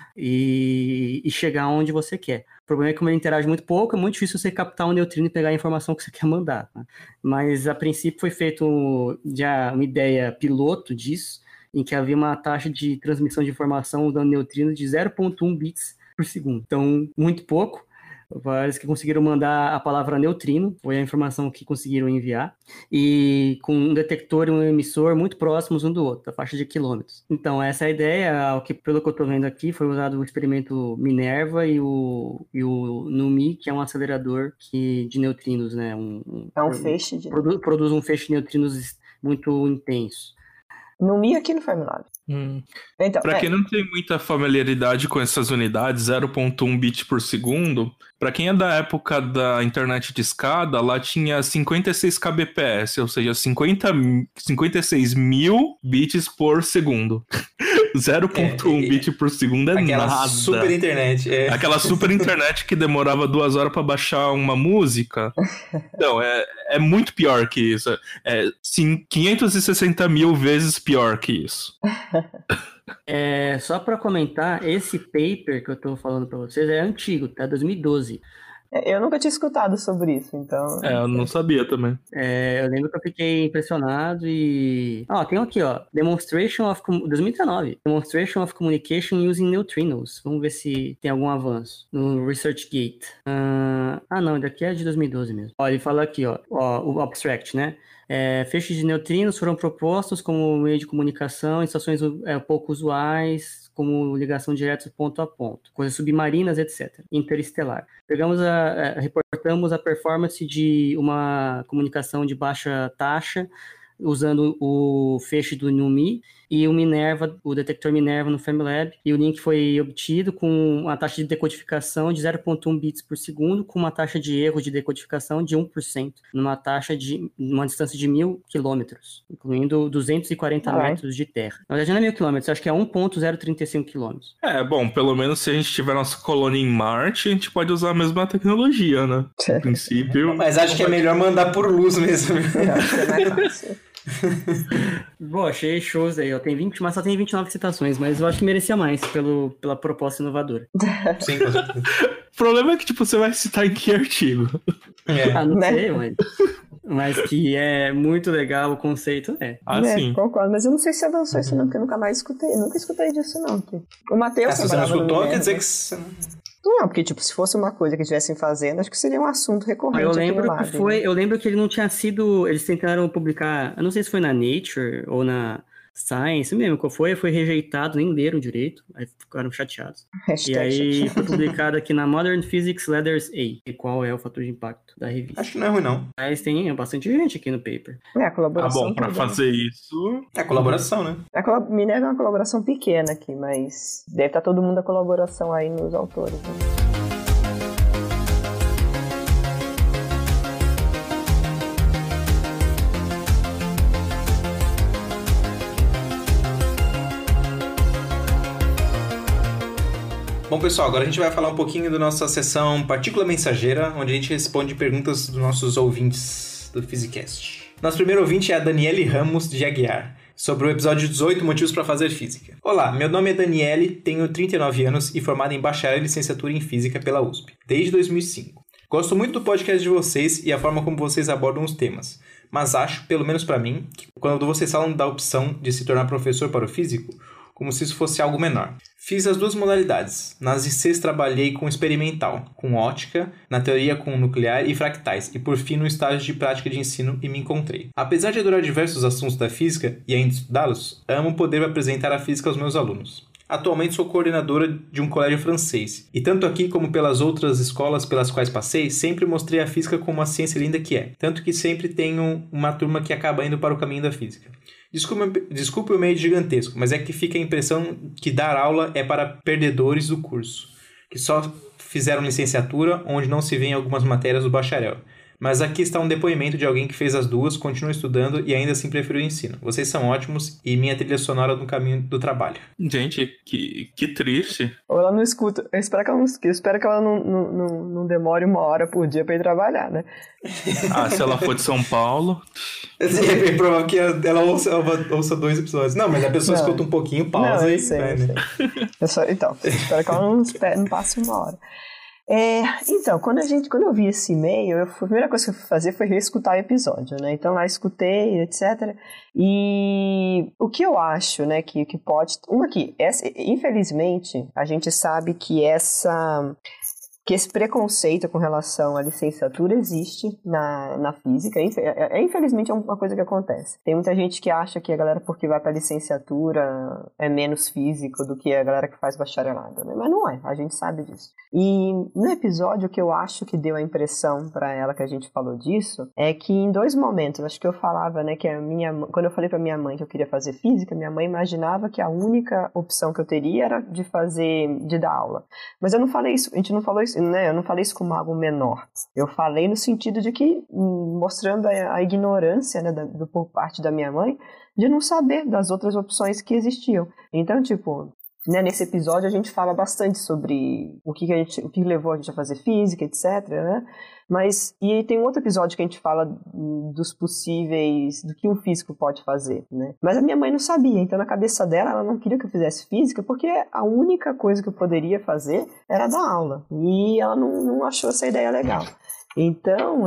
D: e chegar onde você quer. O problema é que como ele interage muito pouco, é muito difícil você captar um neutrino e pegar a informação que você quer mandar, né? Mas, a princípio, foi feito já uma ideia piloto disso, em que havia uma taxa de transmissão de informação usando neutrino de 0,1 bits por segundo. Então, muito pouco. Vários que conseguiram mandar a palavra neutrino, foi a informação que conseguiram enviar, e com um detector e um emissor muito próximos um do outro, a faixa de quilômetros. Então, essa é a ideia, pelo que eu estou vendo aqui, foi usado o experimento Minerva e o NUMI, que é um acelerador de neutrinos, né?
B: Um feixe de...
D: Produz um feixe de neutrinos muito intenso.
B: NUMI aqui no Fermilab. Então,
A: para quem não tem muita familiaridade com essas unidades, 0,1 bit por segundo, para quem é da época da internet de escada, lá tinha 56 kbps, ou seja, 56 mil bits por segundo. 0,1 bit por segundo é
C: aquela
A: nada.
C: Super internet.
A: Aquela super internet que demorava 2 horas para baixar uma música. Então, é muito pior que isso. 560 mil vezes pior que isso.
D: Só para comentar, esse paper que eu tô falando para vocês é antigo, tá? 2012.
B: Eu nunca tinha escutado sobre isso, então...
A: Eu não sabia também.
D: Eu lembro que eu fiquei impressionado e... tem aqui, 2019. Demonstration of Communication Using Neutrinos. Vamos ver se tem algum avanço no ResearchGate. Não, daqui é de 2012 mesmo. Ele fala aqui, o abstract, né? Feixes de neutrinos foram propostos como meio de comunicação em situações pouco usuais, como ligação direta ponto a ponto, coisas submarinas, etc. Interestelar. Reportamos a performance de uma comunicação de baixa taxa usando o feixe do NUMI e o detector Minerva no Fermilab, e o link foi obtido com uma taxa de decodificação de 0,1 bits por segundo, com uma taxa de erro de decodificação de 1%, numa distância de 1.000 quilômetros, incluindo 240 metros de terra. Na verdade, não é 1.000 quilômetros, acho que é 1,035 quilômetros.
A: Bom, pelo menos se a gente tiver nossa colônia em Marte, a gente pode usar a mesma tecnologia, né? No princípio...
C: Mas acho que é melhor mandar por luz mesmo.
D: Bom, achei shows aí, mas só tem 29 citações, mas eu acho que merecia mais pela proposta inovadora.
C: Sim, com certeza.
A: O problema é que, você vai citar em que artigo?
D: Não sei, mas que é muito legal o conceito,
A: sim.
B: Concordo, mas eu não sei se avançou isso não, porque eu nunca escutei disso não. O Matheus...
C: Se você não escutou, quer dizer que...
B: Não, porque, tipo, se fosse uma coisa que estivessem fazendo, acho que seria um assunto recorrente.
D: Eu lembro
B: aqui no
D: que
B: lab,
D: foi.
B: né?
D: Eu lembro que ele não tinha sido. Eles tentaram publicar. Eu não sei se foi na Nature ou na Science, mesmo qual foi rejeitado, nem leram direito. Aí ficaram chateados. E aí foi publicado aqui na Modern Physics Letters A. E qual é o fator de impacto da revista?
C: Acho que não é ruim, não.
D: Mas tem bastante gente aqui no paper.
B: É, a colaboração.
A: Pra fazer isso.
C: É colaboração, né?
B: Minerva é uma colaboração pequena aqui, mas deve estar todo mundo a colaboração aí nos autores, né?
C: Bom, pessoal, agora a gente vai falar um pouquinho da nossa sessão Partícula Mensageira, onde a gente responde perguntas dos nossos ouvintes do Physicast. Nosso primeiro ouvinte é a Daniele Ramos de Aguiar, sobre o episódio 18, Motivos para Fazer Física. Olá, meu nome é Daniele, tenho 39 anos e formado em bacharel e licenciatura em Física pela USP, desde 2005. Gosto muito do podcast de vocês e a forma como vocês abordam os temas, mas acho, pelo menos para mim, que quando vocês falam da opção de se tornar professor para o físico, como se isso fosse algo menor. Fiz as duas modalidades. Nas ICs trabalhei com experimental, com ótica, na teoria com nuclear e fractais, e por fim no estágio de prática de ensino e me encontrei. Apesar de adorar diversos assuntos da física e ainda estudá-los, amo poder apresentar a física aos meus alunos. Atualmente sou coordenadora de um colégio francês, e tanto aqui como pelas outras escolas pelas quais passei, sempre mostrei a física como uma ciência linda que é, tanto que sempre tenho uma turma que acaba indo para o caminho da física. Desculpe o meio gigantesco, mas é que fica a impressão que dar aula é para perdedores do curso, que só fizeram licenciatura, onde não se vê em algumas matérias do bacharel. Mas aqui está um depoimento de alguém que fez as duas, continua estudando e ainda assim preferiu o ensino. Vocês são ótimos e minha trilha sonora no caminho do trabalho.
A: Gente, que triste.
B: Ou ela não escuta. Eu espero que ela não demore 1 hora por dia pra ir trabalhar, né?
A: Ah, se ela for de São Paulo...
C: É provável que ela ouça 2 episódios. Não, mas a pessoa escuta um pouquinho, pausa e vai, né?
B: Então, eu espero que ela não passe 1 hora. Então, quando eu vi esse e-mail, a primeira coisa que eu fui fazer foi reescutar o episódio, né? Então lá escutei, etc. E o que eu acho, né, que pode... infelizmente, a gente sabe que esse preconceito com relação à licenciatura existe na física. Infelizmente é uma coisa que acontece. Tem muita gente que acha que a galera, porque vai para licenciatura, é menos físico do que a galera que faz bacharelado, né? Mas não é, a gente sabe disso. E no episódio, o que eu acho que deu a impressão para ela que a gente falou disso, é que em 2 momentos, acho que eu falava, né, que quando eu falei para minha mãe que eu queria fazer física, minha mãe imaginava que a única opção que eu teria era de dar aula. Mas eu não falei isso, a gente não falou isso, né? Eu não falei isso como algo menor. Eu falei no sentido de que, mostrando a ignorância, né, por parte da minha mãe, de não saber das outras opções que existiam. Então, tipo, né, nesse episódio a gente fala bastante sobre o que levou a gente a fazer física, etc, né? E tem um outro episódio que a gente fala dos possíveis, do que um físico pode fazer, né? Mas a minha mãe não sabia, então na cabeça dela, ela não queria que eu fizesse física, porque a única coisa que eu poderia fazer era dar aula. E ela não achou essa ideia legal. Então,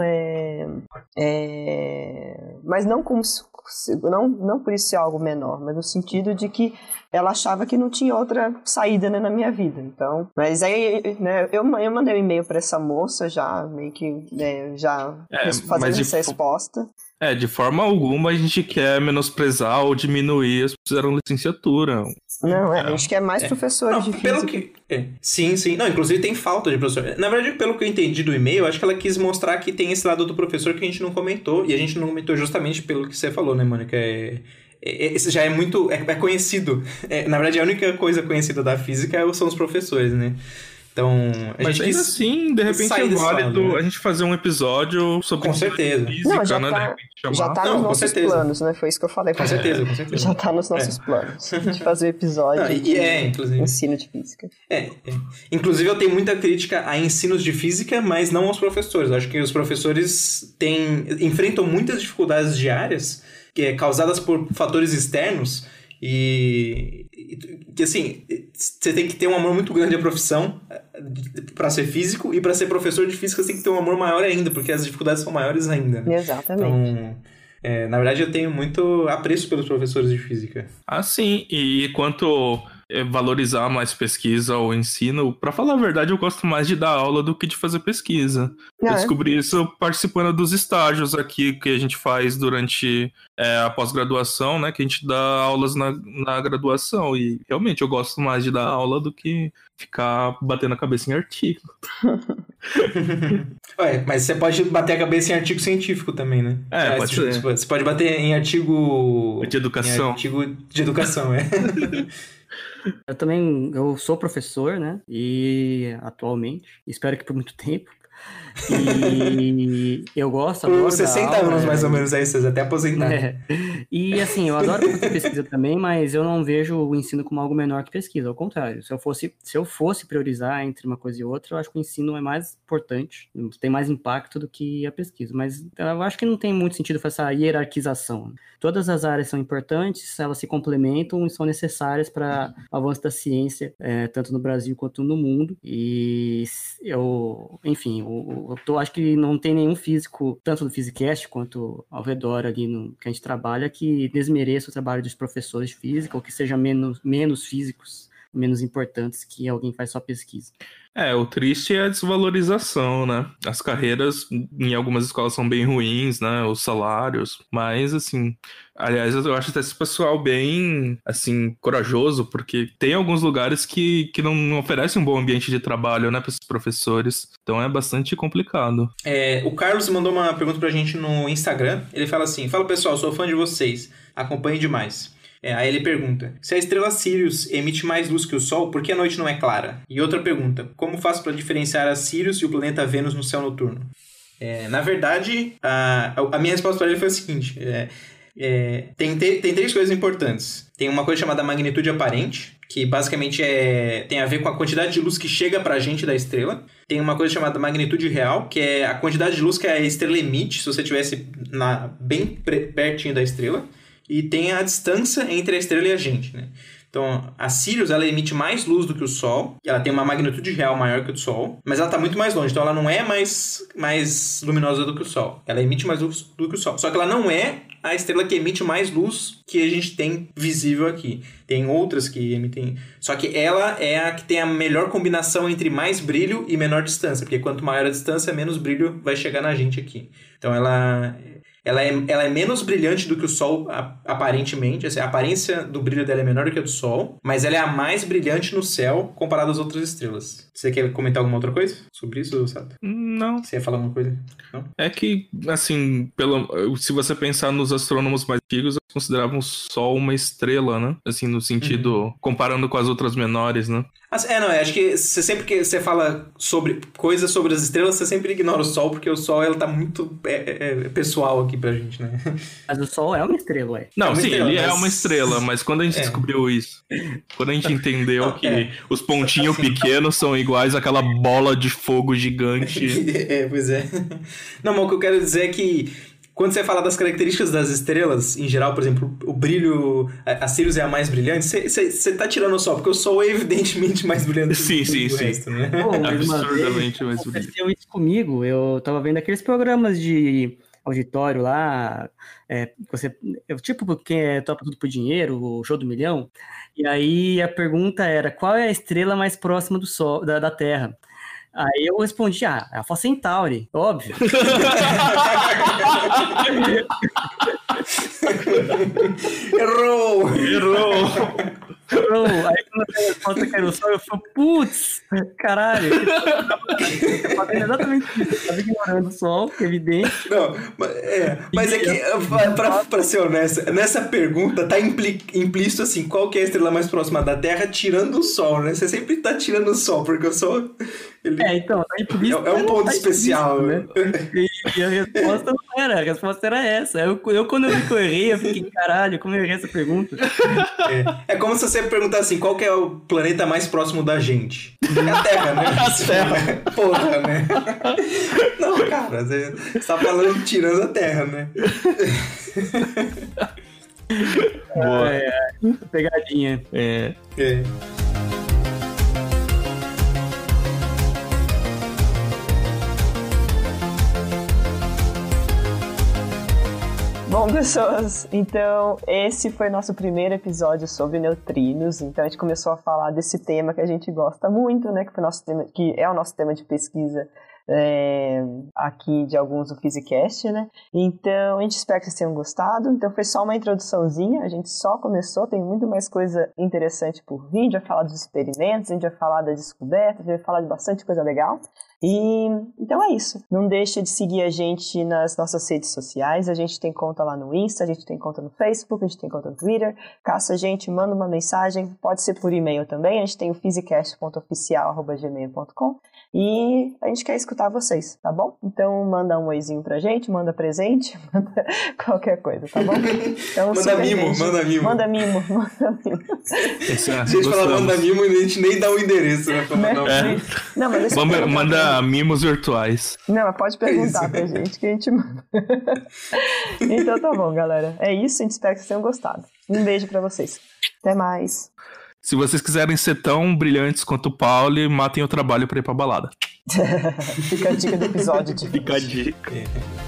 B: mas não por isso ser algo menor, mas no sentido de que ela achava que não tinha outra saída, né, na minha vida. Então, mas aí, né, eu mandei um e-mail para essa moça já, meio que, né, fazendo essa resposta.
A: De forma alguma a gente quer menosprezar ou diminuir as que fizeram licenciatura.
B: Não, a gente quer mais professores de física.
C: Sim. Não, inclusive tem falta de professor. Na verdade, pelo que eu entendi do e-mail, acho que ela quis mostrar que tem esse lado do professor que a gente não comentou. E a gente não comentou justamente pelo que você falou, né, Mônica? Esse já é muito... É conhecido. Na verdade, a única coisa conhecida da física são os professores, né? Então,
A: mas ainda assim, de repente é válido, né, a gente fazer um episódio sobre
C: certeza.
A: Física,
B: não, já
A: né?
B: Já tá nos nossos planos, né? Foi isso que eu falei.
C: Com certeza.
B: Já tá nos nossos planos de fazer o episódio
C: inclusive.
B: Ensino de física.
C: Inclusive, eu tenho muita crítica a ensinos de física, mas não aos professores. Eu acho que os professores enfrentam muitas dificuldades diárias causadas por fatores externos e que, assim, você tem que ter um amor muito grande à profissão para ser físico, e para ser professor de física você tem que ter um amor maior ainda, porque as dificuldades são maiores ainda, né?
B: Exatamente.
C: Então, na verdade, eu tenho muito apreço pelos professores de física.
A: Ah, sim. E quanto valorizar mais pesquisa ou ensino. Pra falar a verdade, eu gosto mais de dar aula do que de fazer pesquisa. Eu descobri isso participando dos estágios aqui que a gente faz durante a pós-graduação, né? Que a gente dá aulas na graduação. E realmente eu gosto mais de dar aula do que ficar batendo a cabeça em artigo.
C: Ué, mas você pode bater a cabeça em artigo científico também, né?
A: Pode ser.
C: Você pode bater em artigo...
A: De educação.
C: Em artigo de educação,
D: Eu sou professor, né? E atualmente, espero que por muito tempo. E eu gosto, adoro
C: por 60
D: aula,
C: anos mais ou menos aí, vocês até aposentaram.
D: E assim, eu adoro fazer pesquisa também, mas eu não vejo o ensino como algo menor que pesquisa, ao contrário. Se eu fosse priorizar entre uma coisa e outra, eu acho que o ensino é mais importante, tem mais impacto do que a pesquisa, mas eu acho que não tem muito sentido fazer essa hierarquização. Todas as áreas são importantes, elas se complementam e são necessárias para o avanço da ciência, tanto no Brasil quanto no mundo. E eu acho que não tem nenhum físico, tanto do Physicast quanto ao redor ali que a gente trabalha, que desmereça o trabalho dos professores de física ou que seja menos físicos, menos importantes que alguém que faz só pesquisa.
A: O triste é a desvalorização, né? As carreiras em algumas escolas são bem ruins, né? Os salários, mas assim... Aliás, eu acho até esse pessoal bem, assim, corajoso, porque tem alguns lugares que não oferecem um bom ambiente de trabalho, né, para esses professores. Então é bastante complicado.
C: O Carlos mandou uma pergunta pra gente no Instagram. Ele fala assim: fala pessoal, sou fã de vocês, acompanhe demais. Aí ele pergunta: se a estrela Sirius emite mais luz que o Sol, por que a noite não é clara? E outra pergunta: como faço para diferenciar a Sirius e o planeta Vênus no céu noturno? Na verdade, a minha resposta para ele foi a seguinte: tem três coisas importantes. Tem uma coisa chamada magnitude aparente, que basicamente tem a ver com a quantidade de luz que chega pra gente da estrela. Tem uma coisa chamada magnitude real, que é a quantidade de luz que a estrela emite se você estivesse bem pertinho da estrela. E tem a distância entre a estrela e a gente, né? Então, a Sirius, ela emite mais luz do que o Sol. Ela tem uma magnitude real maior que o Sol. Mas ela está muito mais longe. Então, ela não é mais luminosa do que o Sol. Ela emite mais luz do que o Sol. Só que ela não é a estrela que emite mais luz que a gente tem visível aqui. Tem outras que emitem... Só que ela é a que tem a melhor combinação entre mais brilho e menor distância. Porque quanto maior a distância, menos brilho vai chegar na gente aqui. Então, ela é menos brilhante do que o Sol, aparentemente. Assim, a aparência do brilho dela é menor do que a do Sol, mas ela é a mais brilhante no céu comparado às outras estrelas. Você quer comentar alguma outra coisa sobre isso, sabe?
A: Não.
C: Você ia falar alguma coisa? Não?
A: É que, assim, se você pensar nos astrônomos mais antigos, eles consideravam o Sol uma estrela, né? Assim, no sentido, comparando com as outras menores, né?
C: Acho que sempre que você fala sobre coisas sobre as estrelas, você sempre ignora o Sol, porque o Sol, ela tá muito pessoal aqui pra gente, né?
D: Mas o Sol é uma estrela, ué.
A: Não, sim, ele é uma estrela, mas quando a gente descobriu isso, quando a gente entendeu que os pontinhos pequenos são iguais àquela bola de fogo gigante...
C: Pois é. Não, mas o que eu quero dizer é que quando você fala das características das estrelas, em geral, por exemplo, o brilho, a Sirius é a mais brilhante, você tá tirando o Sol, porque o Sol é evidentemente mais brilhante do resto, né?
A: Absurdamente mais brilhante.
D: Aconteceu isso comigo, eu tava vendo aqueles programas de auditório lá, tipo quem Topa Tudo por Dinheiro, o Show do Milhão, e aí a pergunta era: qual é a estrela mais próxima do Sol, da Terra? Aí eu respondi: é a Alpha Centauri, óbvio.
C: Errou!
D: Aí quando a resposta que era o Sol, eu falei: putz, caralho. Eu falei exatamente isso. Eu tava ignorando o Sol, que é evidente.
C: Não, mas é que, pra ser honesto, nessa pergunta tá implícito assim: qual que é a estrela mais próxima da Terra, tirando o Sol, né? Você sempre tá tirando o Sol, porque o Sol...
D: então, tá implícito.
C: É um ponto especial,
D: né? E a resposta não era, a resposta era essa. Quando eu vi que eu errei, eu fiquei: caralho, como eu errei essa pergunta?
C: É como se você perguntar assim: qual que é o planeta mais próximo da gente? É a Terra, né?
A: A Terra.
C: Porra, né? Não, cara, você tá falando tirando a Terra, né?
A: Boa.
D: Pegadinha.
B: Bom, pessoas, então esse foi nosso primeiro episódio sobre neutrinos. Então a gente começou a falar desse tema que a gente gosta muito, né? Que é o nosso tema de pesquisa aqui de alguns do Physicast, né? Então a gente espera que vocês tenham gostado. Então foi só uma introduçãozinha, a gente só começou, tem muito mais coisa interessante por vir. A gente vai falar dos experimentos, a gente vai falar das descobertas, a gente vai falar de bastante coisa legal. E então é isso. Não deixa de seguir a gente nas nossas redes sociais. A gente tem conta lá no Insta, a gente tem conta no Facebook, a gente tem conta no Twitter. Caça a gente, manda uma mensagem, pode ser por e-mail também. A gente tem o physicast.oficial@gmail.com e a gente quer escutar vocês, tá bom? Então manda um oizinho pra gente, manda presente, manda qualquer coisa, tá bom? Então,
C: manda mimo.
B: Manda mimo.
C: Se a gente falar manda mimo, a gente nem dá o endereço, né?
B: Não, mas
A: manda mimos virtuais.
B: Não, mas pode perguntar pra gente que a gente manda. Então tá bom, galera. É isso, a gente espera que vocês tenham gostado. Um beijo pra vocês. Até mais.
A: Se vocês quiserem ser tão brilhantes quanto o Pauli, matem o trabalho pra ir pra balada.
B: Fica a dica do episódio.
A: Fica a dica.